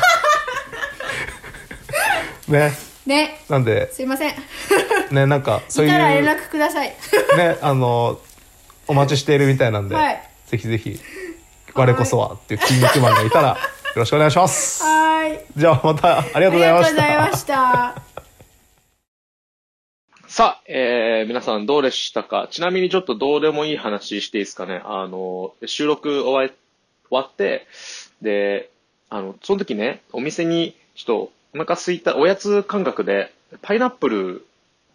がね、なんですいませんね、なんかそういういたら連絡くださいね、お待ちしているみたいなんで、はい、ぜひぜひ我こそはっていう筋肉マンがいたらよろしくお願いします。 はい。 じゃあまたありがとうございました。ありがとうございました。 さあ、皆さんどうでしたか。ちなみにちょっとどうでもいい話していいですかね。収録終わって、で、その時ね、お店にちょっとお腹空いたおやつ感覚で、パイナップル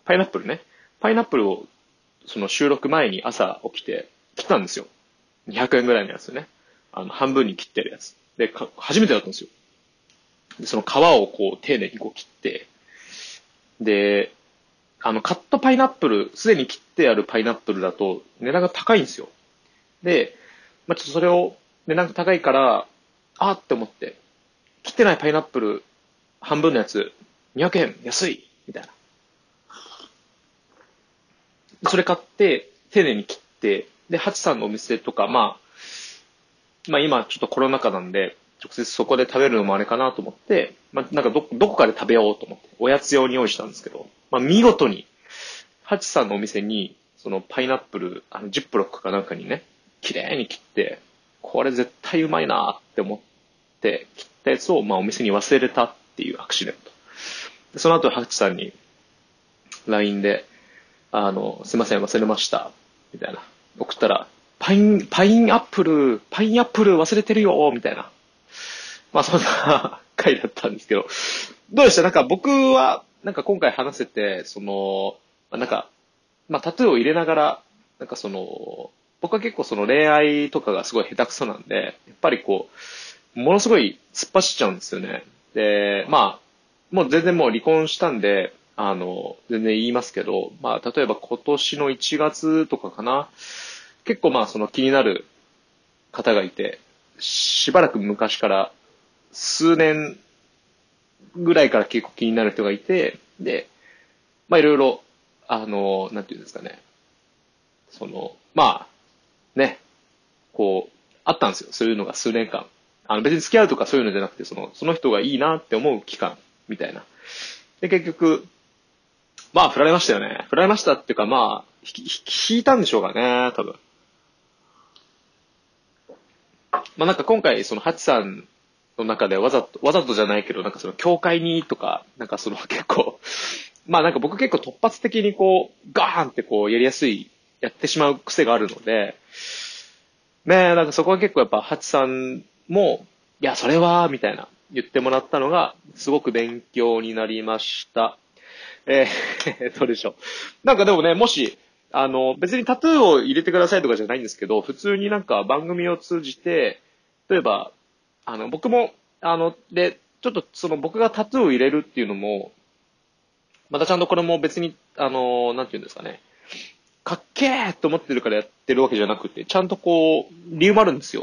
をその収録前に朝起きて切ったんですよ。200円ぐらいのやつね。半分に切ってるやつ。で、初めてだったんですよ。で、その皮をこう丁寧にこう切って、で、カットパイナップル、すでに切ってあるパイナップルだと値段が高いんですよ。で、まあ、ちょっとそれを値段が高いから、って思って、切ってないパイナップル半分のやつ200円安いみたいな。それ買って、丁寧に切って、で、ハチさんのお店とか、まあ今ちょっとコロナ禍なんで、直接そこで食べるのもあれかなと思って、まあなんかどこかで食べようと思って、おやつ用に用意したんですけど、まあ見事に、ハチさんのお店に、そのパイナップル、ジップロックかなんかにね、綺麗に切って、これ絶対うまいなって思って切ったやつを、まあお店に忘れたっていうアクシデント。でその後ハチさんに LINE で、すいません、忘れました。みたいな。送ったら、パインアップル忘れてるよみたいな。まあそんな回だったんですけど。どうでした？なんか僕は、なんか今回話せて、なんか、まあタトゥーを入れながら、なんか僕は結構恋愛とかがすごい下手くそなんで、やっぱりこう、ものすごい突っ走っちゃうんですよね。で、まあ、もう全然もう離婚したんで、全然言いますけど、まあ、例えば今年の1月とかかな、結構まあ気になる方がいて、しばらく昔から数年ぐらいから結構気になる人がいて、で、まあいろいろ、なんていうんですかね、まあ、ね、こう、あったんですよ。そういうのが数年間。別に付き合うとかそういうのじゃなくて、その人がいいなって思う期間みたいな。で、結局、まあ、振られましたよね。振られましたっていうか、まあ、引いたんでしょうかね、多分。まあなんか今回、ハチさんの中でわざとじゃないけど、なんか教会にとか、なんか結構、まあなんか僕結構突発的にこう、ガーンってこう、やってしまう癖があるので、ねえ、なんかそこは結構やっぱハチさんも、いや、それは、みたいな言ってもらったのが、すごく勉強になりました。どうでしょう。なんかでもね、もし、別にタトゥーを入れてくださいとかじゃないんですけど、普通になんか番組を通じて、例えば、僕も、で、ちょっと僕がタトゥーを入れるっていうのも、またちゃんとこれも別に、なんていうんですかね、かっけーと思ってるからやってるわけじゃなくて、ちゃんとこう、理由もあるんですよ。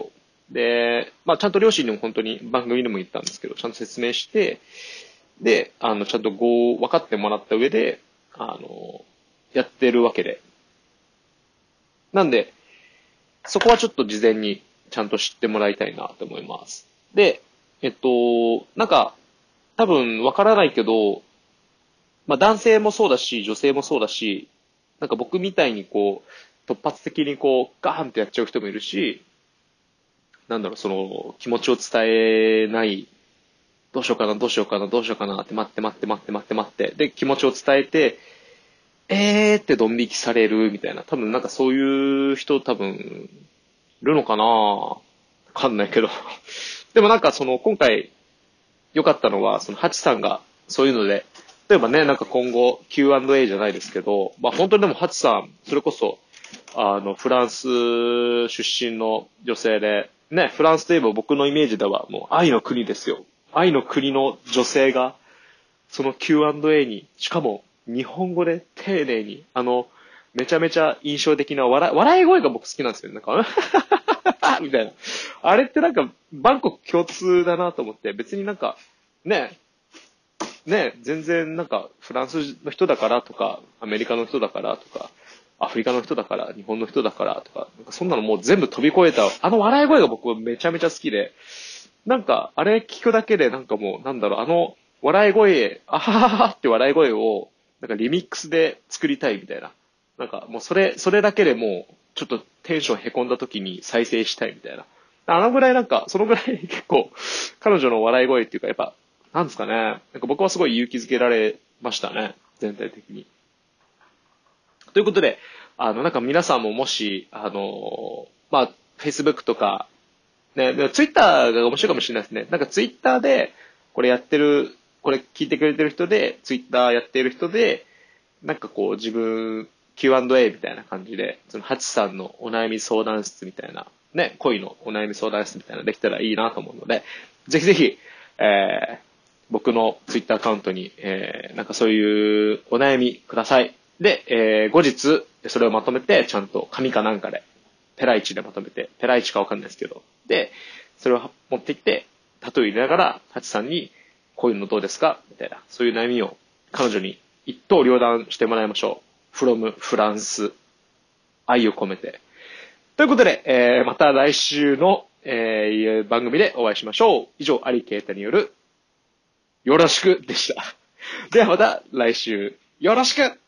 で、まあ、ちゃんと両親にも本当に番組でも言ったんですけど、ちゃんと説明して、で、ちゃんと分かってもらった上で、やってるわけで。なんで、そこはちょっと事前にちゃんと知ってもらいたいなと思います。で、なんか、多分わからないけど、まあ男性もそうだし、女性もそうだし、なんか僕みたいにこう、突発的にこう、ガーンってやっちゃう人もいるし、なんだろう、その、気持ちを伝えない、どうしようかな、どうしようかな、どうしようかなって待って、で、気持ちを伝えて、ってドン引きされるみたいな、多分なんかそういう人多分、いるのかなわかんないけど。でもなんかその、今回、良かったのは、その、ハチさんが、そういうので、例えばね、なんか今後 Q&A じゃないですけど、まあ本当にでもハチさん、それこそ、フランス出身の女性で、ね、フランスといえば僕のイメージではもう愛の国ですよ。愛の国の女性が、その Q&A に、しかも日本語で丁寧に、めちゃめちゃ印象的な笑い声が僕好きなんですよ。なんか、みたいな。あれってなんか、万国共通だなと思って、別になんか、ね、全然なんかフランスの人だからとか、アメリカの人だからとか、アフリカの人だから、日本の人だからとか、なんかそんなのもう全部飛び越えた、笑い声が僕はめちゃめちゃ好きで、なんかあれ聞くだけでなんかもう、なんだろう、笑い声、あはははって笑い声を、なんかリミックスで作りたいみたいな。なんかもうそれだけでもう、ちょっとテンションへこんだ時に再生したいみたいな。ぐらいなんか、そのぐらい結構、彼女の笑い声っていうかやっぱ、なんですかね。なんか僕はすごい勇気づけられましたね。全体的に。ということで、なんか皆さんももし、まあ、Facebook とか、ね、Twitter が面白いかもしれないですね。なんか Twitter で、これ聞いてくれてる人で、Twitter やってる人で、なんかこう自分 Q&A みたいな感じで、そのハチさんのお悩み相談室みたいな、ね、恋のお悩み相談室みたいなのできたらいいなと思うので、ぜひぜひ、僕のツイッターアカウントに、なんかそういうお悩みください。で、後日、それをまとめて、ちゃんと紙かなんかで、ペライチでまとめて、ペライチかわかんないですけど、で、それを持ってきて、タトゥー入れながら、ハチさんに、こういうのどうですかみたいな、そういう悩みを彼女に一刀両断してもらいましょう。from フランス。愛を込めて。ということで、また来週の、番組でお会いしましょう。以上、アリケータによる、よろしくでした。ではまた来週、よろしく